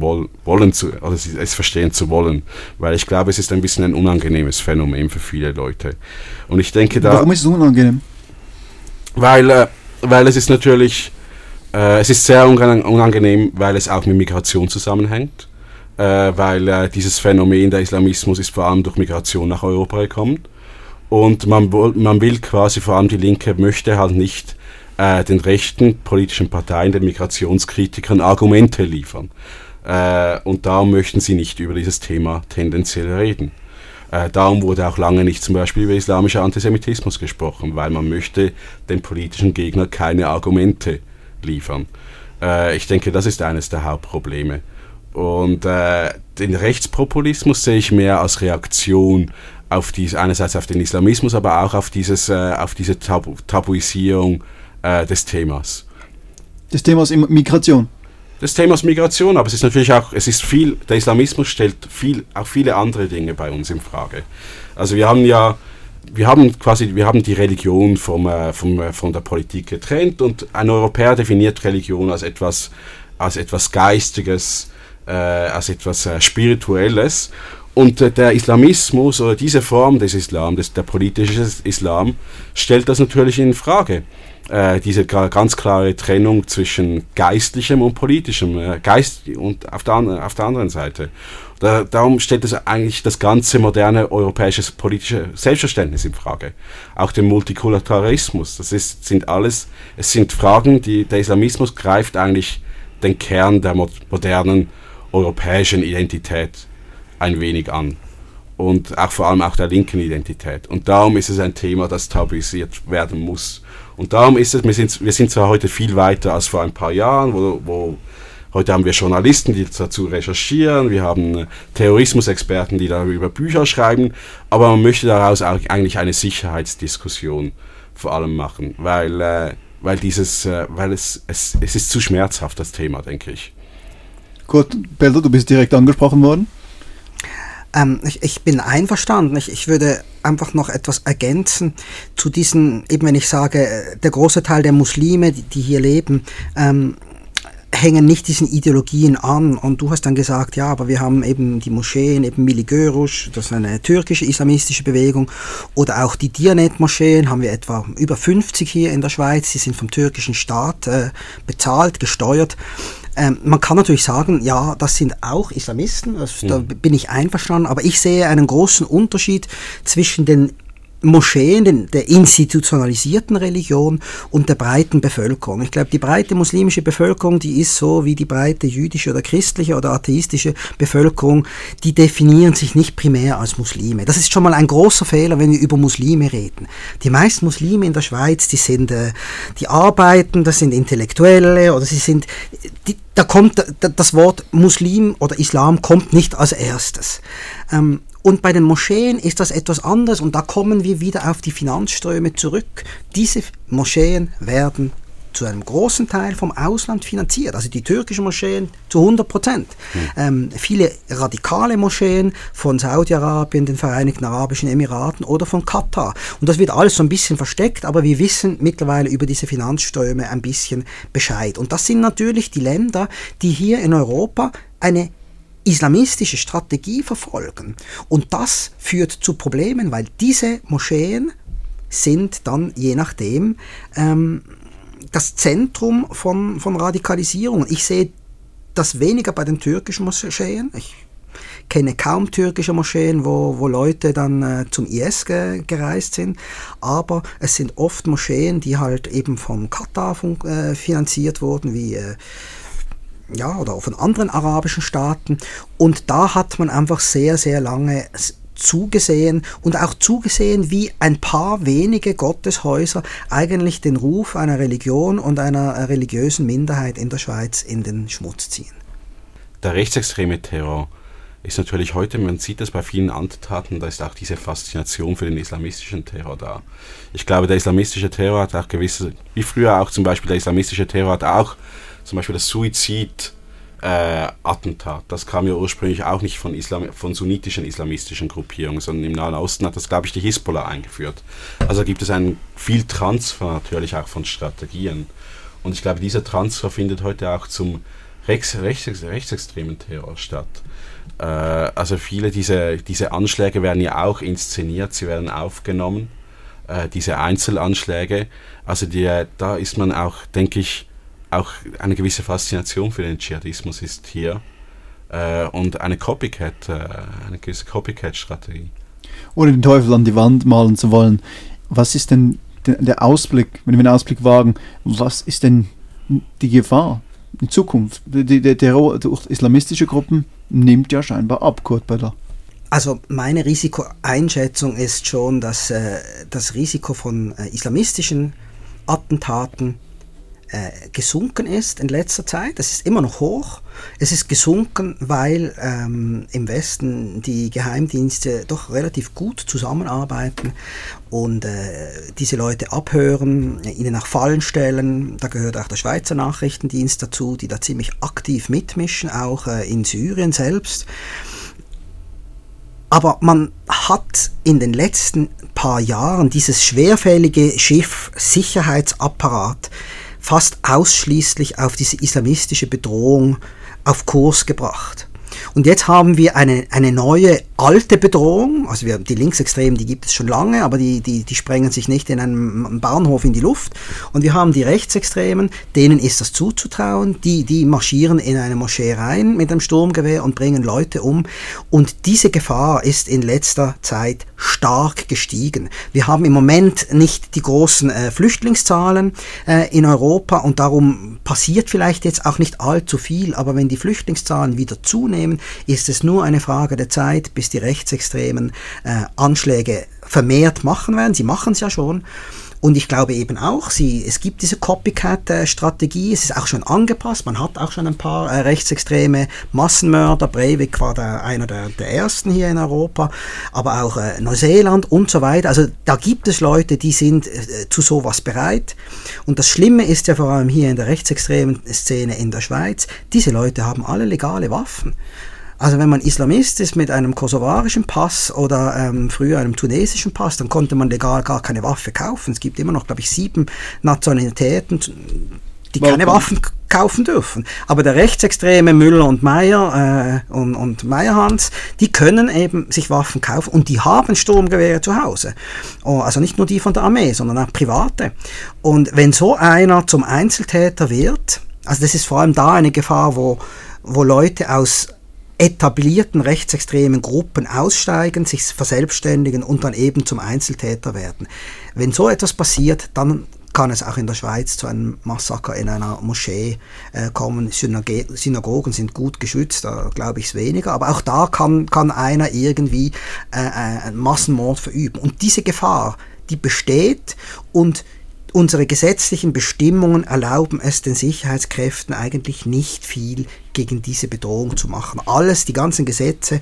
es verstehen zu wollen, weil ich glaube, es ist ein bisschen ein unangenehmes Phänomen für viele Leute. Und ich denke Warum ist es unangenehm? Weil es ist natürlich, es ist sehr unangenehm, weil es auch mit Migration zusammenhängt, weil dieses Phänomen der Islamismus ist vor allem durch Migration nach Europa gekommen und man will quasi, vor allem die Linke möchte halt nicht den rechten politischen Parteien, den Migrationskritikern Argumente liefern. Und darum möchten sie nicht über dieses Thema tendenziell reden. Darum wurde auch lange nicht zum Beispiel über islamischer Antisemitismus gesprochen, weil man möchte dem politischen Gegner keine Argumente liefern. Ich denke, das ist eines der Hauptprobleme. Und den Rechtspopulismus sehe ich mehr als Reaktion auf einerseits auf den Islamismus, aber auch auf diese Tabuisierung des Themas. Des Themas Migration. Des Themas Migration, aber es ist natürlich auch, der Islamismus stellt auch viele andere Dinge bei uns in Frage. Also wir haben die Religion von der Politik getrennt und ein Europäer definiert Religion als etwas Geistiges, als etwas Spirituelles. Und der Islamismus oder diese Form des Islam, der politische Islam, stellt das natürlich in Frage. Diese ganz klare Trennung zwischen Geistlichem und Politischem, Geist und auf der anderen Seite. Darum stellt es eigentlich das ganze moderne europäische politische Selbstverständnis in Frage. Auch den Multikulturalismus, es sind Fragen, der Islamismus greift eigentlich den Kern der modernen europäischen Identität ein wenig an. Und auch vor allem auch der linken Identität. Und darum ist es ein Thema, das tabuisiert werden muss. Und darum ist es, wir sind zwar heute viel weiter als vor ein paar Jahren, wo heute haben wir Journalisten, die dazu recherchieren, wir haben Terrorismusexperten, die darüber Bücher schreiben, aber man möchte daraus auch eigentlich eine Sicherheitsdiskussion vor allem machen, weil es ist zu schmerzhaft, das Thema, denke ich. Kurt Belder, du bist direkt angesprochen worden. Ich bin einverstanden. Ich würde einfach noch etwas ergänzen zu diesen, eben wenn ich sage, der große Teil der Muslime, die hier leben, hängen nicht diesen Ideologien an. Und du hast dann gesagt, ja, aber wir haben eben die Moscheen, eben Milli Görüş, das ist eine türkische islamistische Bewegung, oder auch die Diyanet-Moscheen, haben wir etwa über 50 hier in der Schweiz, die sind vom türkischen Staat bezahlt, gesteuert. Man kann natürlich sagen, ja, das sind auch Islamisten, da bin ich einverstanden, aber ich sehe einen großen Unterschied zwischen den Moscheen, der institutionalisierten Religion und der breiten Bevölkerung. Ich glaube, die breite muslimische Bevölkerung, die ist so wie die breite jüdische oder christliche oder atheistische Bevölkerung, die definieren sich nicht primär als Muslime. Das ist schon mal ein großer Fehler, wenn wir über Muslime reden. Die meisten Muslime in der Schweiz, die arbeiten, das sind Intellektuelle oder da kommt das Wort Muslim oder Islam kommt nicht als erstes. Und bei den Moscheen ist das etwas anderes und da kommen wir wieder auf die Finanzströme zurück. Diese Moscheen werden zu einem großen Teil vom Ausland finanziert, also die türkischen Moscheen zu 100%. Viele radikale Moscheen von Saudi-Arabien, den Vereinigten Arabischen Emiraten oder von Katar. Und das wird alles so ein bisschen versteckt, aber wir wissen mittlerweile über diese Finanzströme ein bisschen Bescheid. Und das sind natürlich die Länder, die hier in Europa eine islamistische Strategie verfolgen. Und das führt zu Problemen, weil diese Moscheen sind dann je nachdem das Zentrum von Radikalisierung. Ich sehe das weniger bei den türkischen Moscheen. Ich kenne kaum türkische Moscheen, wo Leute dann zum IS gereist sind, aber es sind oft Moscheen, die halt eben vom Katar finanziert wurden, oder von anderen arabischen Staaten. Und da hat man einfach sehr, sehr lange zugesehen und auch zugesehen, wie ein paar wenige Gotteshäuser eigentlich den Ruf einer Religion und einer religiösen Minderheit in der Schweiz in den Schmutz ziehen. Der rechtsextreme Terror ist natürlich heute, man sieht das bei vielen Attentaten, da ist auch diese Faszination für den islamistischen Terror da. Ich glaube, der islamistische Terror hat auch gewisse, wie früher auch zum Beispiel der islamistische Terror hat auch zum Beispiel das Suizid-Attentat. Das kam ja ursprünglich auch nicht von sunnitischen islamistischen Gruppierungen, sondern im Nahen Osten hat das, glaube ich, die Hisbollah eingeführt. Also gibt es einen viel Transfer natürlich auch von Strategien. Und ich glaube, dieser Transfer findet heute auch zum rechtsextremen Terror statt. Also viele diese Anschläge werden ja auch inszeniert, sie werden aufgenommen, diese Einzelanschläge. Also da ist man auch, denke ich, auch eine gewisse Faszination für den Dschihadismus ist hier und eine gewisse Copycat-Strategie. Ohne den Teufel an die Wand malen zu wollen, was ist denn der Ausblick, wenn wir einen Ausblick wagen, was ist denn die Gefahr in Zukunft? Der Terror durch islamistische Gruppen nimmt ja scheinbar ab, Kurt Böttcher. Also meine Risikoeinschätzung ist schon, dass das Risiko von islamistischen Attentaten gesunken ist in letzter Zeit. Es ist immer noch hoch. Es ist gesunken, weil im Westen die Geheimdienste doch relativ gut zusammenarbeiten und diese Leute abhören, ihnen auch Fallen stellen. Da gehört auch der Schweizer Nachrichtendienst dazu, die da ziemlich aktiv mitmischen, auch in Syrien selbst. Aber man hat in den letzten paar Jahren dieses schwerfällige Schiff Sicherheitsapparat fast ausschließlich auf diese islamistische Bedrohung auf Kurs gebracht. Und jetzt haben wir eine neue, alte Bedrohung, also die Linksextremen, die gibt es schon lange, aber die sprengen sich nicht in einem Bahnhof in die Luft. Und wir haben die Rechtsextremen, denen ist das zuzutrauen, die marschieren in eine Moschee rein mit einem Sturmgewehr und bringen Leute um. Und diese Gefahr ist in letzter Zeit stark gestiegen. Wir haben im Moment nicht die großen Flüchtlingszahlen in Europa und darum passiert vielleicht jetzt auch nicht allzu viel, aber wenn die Flüchtlingszahlen wieder zunehmen, ist es nur eine Frage der Zeit, bis die Rechtsextremen Anschläge vermehrt machen werden. Sie machen es ja schon. Und ich glaube eben auch, es gibt diese Copycat-Strategie, es ist auch schon angepasst, man hat auch schon ein paar rechtsextreme Massenmörder, Breivik war einer der ersten hier in Europa, aber auch Neuseeland und so weiter. Also da gibt es Leute, die sind zu sowas bereit. Und das Schlimme ist ja vor allem hier in der rechtsextremen Szene in der Schweiz, diese Leute haben alle legale Waffen. Also wenn man Islamist ist mit einem kosovarischen Pass oder früher einem tunesischen Pass, dann konnte man legal gar keine Waffe kaufen. Es gibt immer noch, glaube ich, 7 Nationalitäten, die keine Waffen kaufen dürfen. Aber der rechtsextreme Müller und Meyer und Meyerhans, die können eben sich Waffen kaufen und die haben Sturmgewehre zu Hause. Also nicht nur die von der Armee, sondern auch private. Und wenn so einer zum Einzeltäter wird, also das ist vor allem da eine Gefahr, wo Leute aus etablierten rechtsextremen Gruppen aussteigen, sich verselbstständigen und dann eben zum Einzeltäter werden. Wenn so etwas passiert, dann kann es auch in der Schweiz zu einem Massaker in einer Moschee kommen. Synagogen sind gut geschützt, da glaube ich es weniger, aber auch da kann einer irgendwie einen Massenmord verüben. Und diese Gefahr, die besteht und unsere gesetzlichen Bestimmungen erlauben es den Sicherheitskräften eigentlich nicht viel gegen diese Bedrohung zu machen. Alles, die ganzen Gesetze,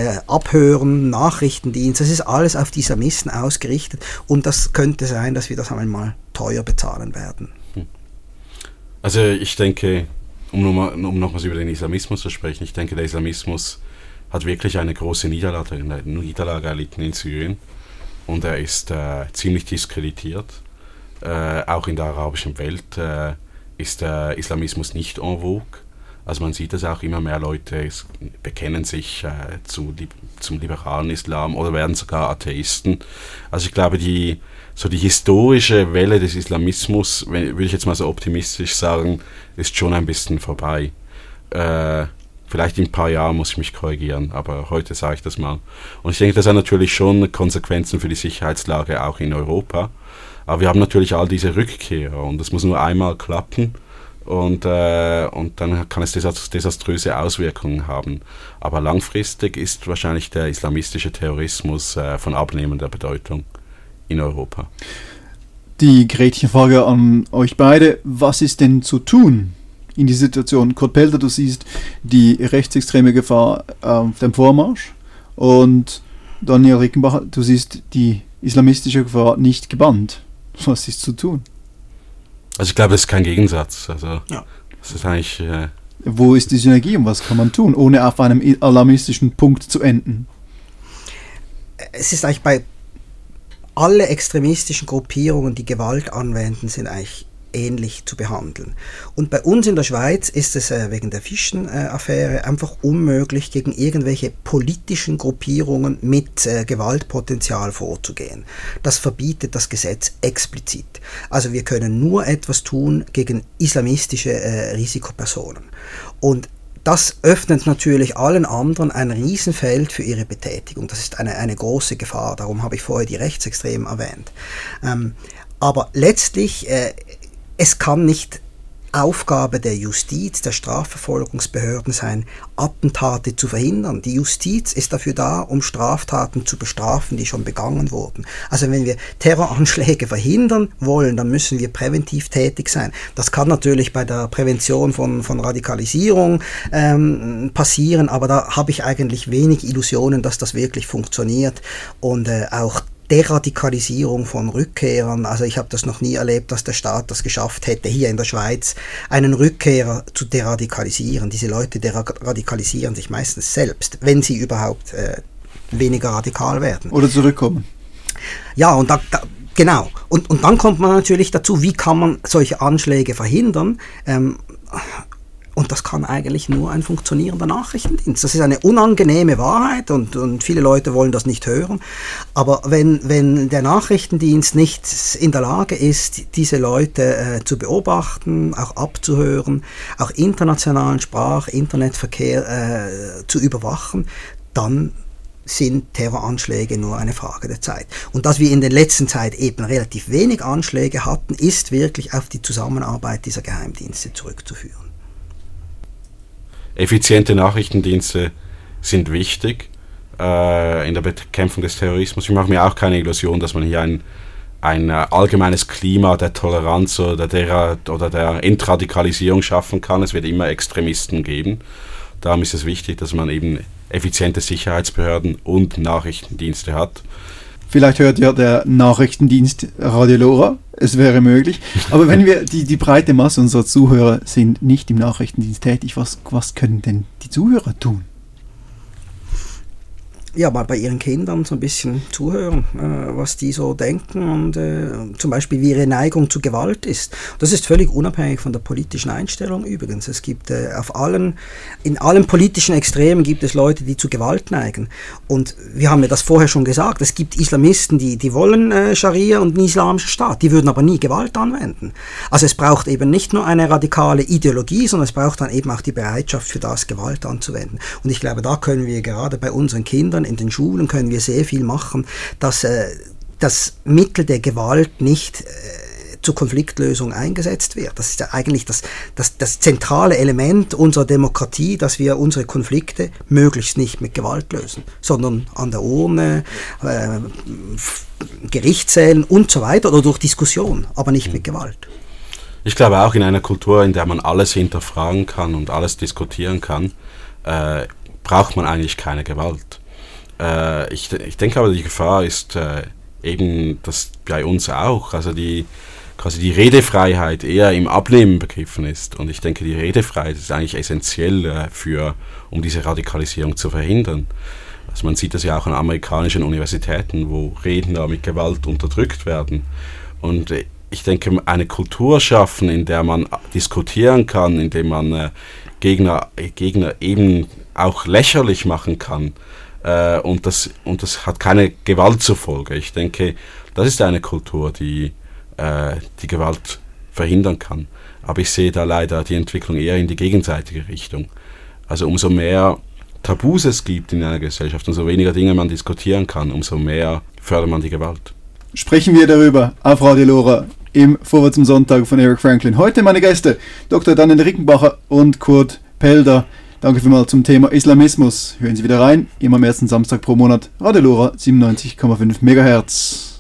Abhören, Nachrichtendienst, das ist alles auf die Islamisten ausgerichtet und das könnte sein, dass wir das einmal teuer bezahlen werden. Also ich denke, um nochmals über den Islamismus zu sprechen, ich denke, der Islamismus hat wirklich eine große Niederlage erlitten in Syrien und er ist ziemlich diskreditiert. Auch in der arabischen Welt ist der Islamismus nicht en vogue. Also man sieht es auch, immer mehr Leute bekennen sich zum liberalen Islam oder werden sogar Atheisten. Also ich glaube, die historische Welle des Islamismus, würde ich jetzt mal so optimistisch sagen, ist schon ein bisschen vorbei. Vielleicht in ein paar Jahren muss ich mich korrigieren, aber heute sage ich das mal. Und ich denke, das hat natürlich schon Konsequenzen für die Sicherheitslage auch in Europa. Aber wir haben natürlich all diese Rückkehrer und es muss nur einmal klappen, und dann kann es desaströse Auswirkungen haben. Aber langfristig ist wahrscheinlich der islamistische Terrorismus von abnehmender Bedeutung in Europa. Die Gretchenfrage an euch beide, was ist denn zu tun in dieser Situation? Kurt Pelder, du siehst die rechtsextreme Gefahr auf dem Vormarsch und Daniel Rickenbacher, du siehst die islamistische Gefahr nicht gebannt. Was ist zu tun? Also ich glaube, das ist kein Gegensatz. Also das ist eigentlich... Wo ist die Synergie und was kann man tun, ohne auf einem alarmistischen Punkt zu enden? Es ist eigentlich bei alle extremistischen Gruppierungen, die Gewalt anwenden, sind eigentlich ähnlich zu behandeln. Und bei uns in der Schweiz ist es wegen der Fischen-Affäre einfach unmöglich, gegen irgendwelche politischen Gruppierungen mit Gewaltpotenzial vorzugehen. Das verbietet das Gesetz explizit. Also wir können nur etwas tun gegen islamistische Risikopersonen. Und das öffnet natürlich allen anderen ein Riesenfeld für ihre Betätigung. Das ist eine große Gefahr. Darum habe ich vorher die Rechtsextremen erwähnt. Aber letztlich es kann nicht Aufgabe der Justiz, der Strafverfolgungsbehörden sein, Attentate zu verhindern. Die Justiz ist dafür da, um Straftaten zu bestrafen, die schon begangen wurden. Also wenn wir Terroranschläge verhindern wollen, dann müssen wir präventiv tätig sein. Das kann natürlich bei der Prävention von Radikalisierung passieren, aber da habe ich eigentlich wenig Illusionen, dass das wirklich funktioniert. Und auch Deradikalisierung von Rückkehrern. Also ich habe das noch nie erlebt, dass der Staat das geschafft hätte, hier in der Schweiz einen Rückkehrer zu deradikalisieren. Diese Leute deradikalisieren sich meistens selbst, wenn sie überhaupt weniger radikal werden. Oder zurückkommen. Ja, und genau. Und dann kommt man natürlich dazu, wie kann man solche Anschläge verhindern? Und das kann eigentlich nur ein funktionierender Nachrichtendienst. Das ist eine unangenehme Wahrheit und viele Leute wollen das nicht hören. Aber wenn der Nachrichtendienst nicht in der Lage ist, diese Leute zu beobachten, auch abzuhören, auch internationalen Internetverkehr zu überwachen, dann sind Terroranschläge nur eine Frage der Zeit. Und dass wir in der letzten Zeit eben relativ wenig Anschläge hatten, ist wirklich auf die Zusammenarbeit dieser Geheimdienste zurückzuführen. Effiziente Nachrichtendienste sind wichtig in der Bekämpfung des Terrorismus. Ich mache mir auch keine Illusion, dass man hier ein allgemeines Klima der Toleranz oder der Entradikalisierung schaffen kann. Es wird immer Extremisten geben. Darum ist es wichtig, dass man eben effiziente Sicherheitsbehörden und Nachrichtendienste hat. Vielleicht hört ja der Nachrichtendienst Radio Lora, es wäre möglich. Aber wenn wir, die breite Masse unserer Zuhörer sind nicht im Nachrichtendienst tätig, was können denn die Zuhörer tun? Ja, mal bei ihren Kindern so ein bisschen zuhören, was die so denken und zum Beispiel wie ihre Neigung zu Gewalt ist. Das ist völlig unabhängig von der politischen Einstellung übrigens. Es gibt in allen politischen Extremen gibt es Leute, die zu Gewalt neigen. Und wir haben ja das vorher schon gesagt, es gibt Islamisten, die wollen Scharia und einen islamischen Staat, die würden aber nie Gewalt anwenden. Also es braucht eben nicht nur eine radikale Ideologie, sondern es braucht dann eben auch die Bereitschaft für das, Gewalt anzuwenden. Und ich glaube, da können wir gerade bei unseren Kindern in den Schulen können wir sehr viel machen, dass das Mittel der Gewalt nicht zur Konfliktlösung eingesetzt wird. Das ist ja eigentlich das zentrale Element unserer Demokratie, dass wir unsere Konflikte möglichst nicht mit Gewalt lösen, sondern an der Urne, Gerichtssälen und so weiter oder durch Diskussion, aber nicht mit Gewalt. Ich glaube auch in einer Kultur, in der man alles hinterfragen kann und alles diskutieren kann, braucht man eigentlich keine Gewalt. Ich denke aber, die Gefahr ist eben, dass bei uns auch, also quasi die Redefreiheit eher im Abnehmen begriffen ist. Und ich denke, die Redefreiheit ist eigentlich essentiell um diese Radikalisierung zu verhindern. Also man sieht das ja auch an amerikanischen Universitäten, wo Redner mit Gewalt unterdrückt werden. Und ich denke, eine Kultur schaffen, in der man diskutieren kann, in der man Gegner eben auch lächerlich machen kann, und das hat keine Gewalt zur Folge. Ich denke, das ist eine Kultur, die Gewalt verhindern kann. Aber ich sehe da leider die Entwicklung eher in die gegenseitige Richtung. Also umso mehr Tabus es gibt in einer Gesellschaft, umso weniger Dinge man diskutieren kann, umso mehr fördert man die Gewalt. sprechen wir darüber auf Radio Lora im Vorwärts zum Sonntag von Eric Franklin. Heute meine Gäste, Dr. Daniel Rickenbacher und Kurt Pelder. Danke vielmals zum Thema Islamismus. Hören Sie wieder rein, immer am ersten Samstag pro Monat. Radio Lora 97,5 MHz.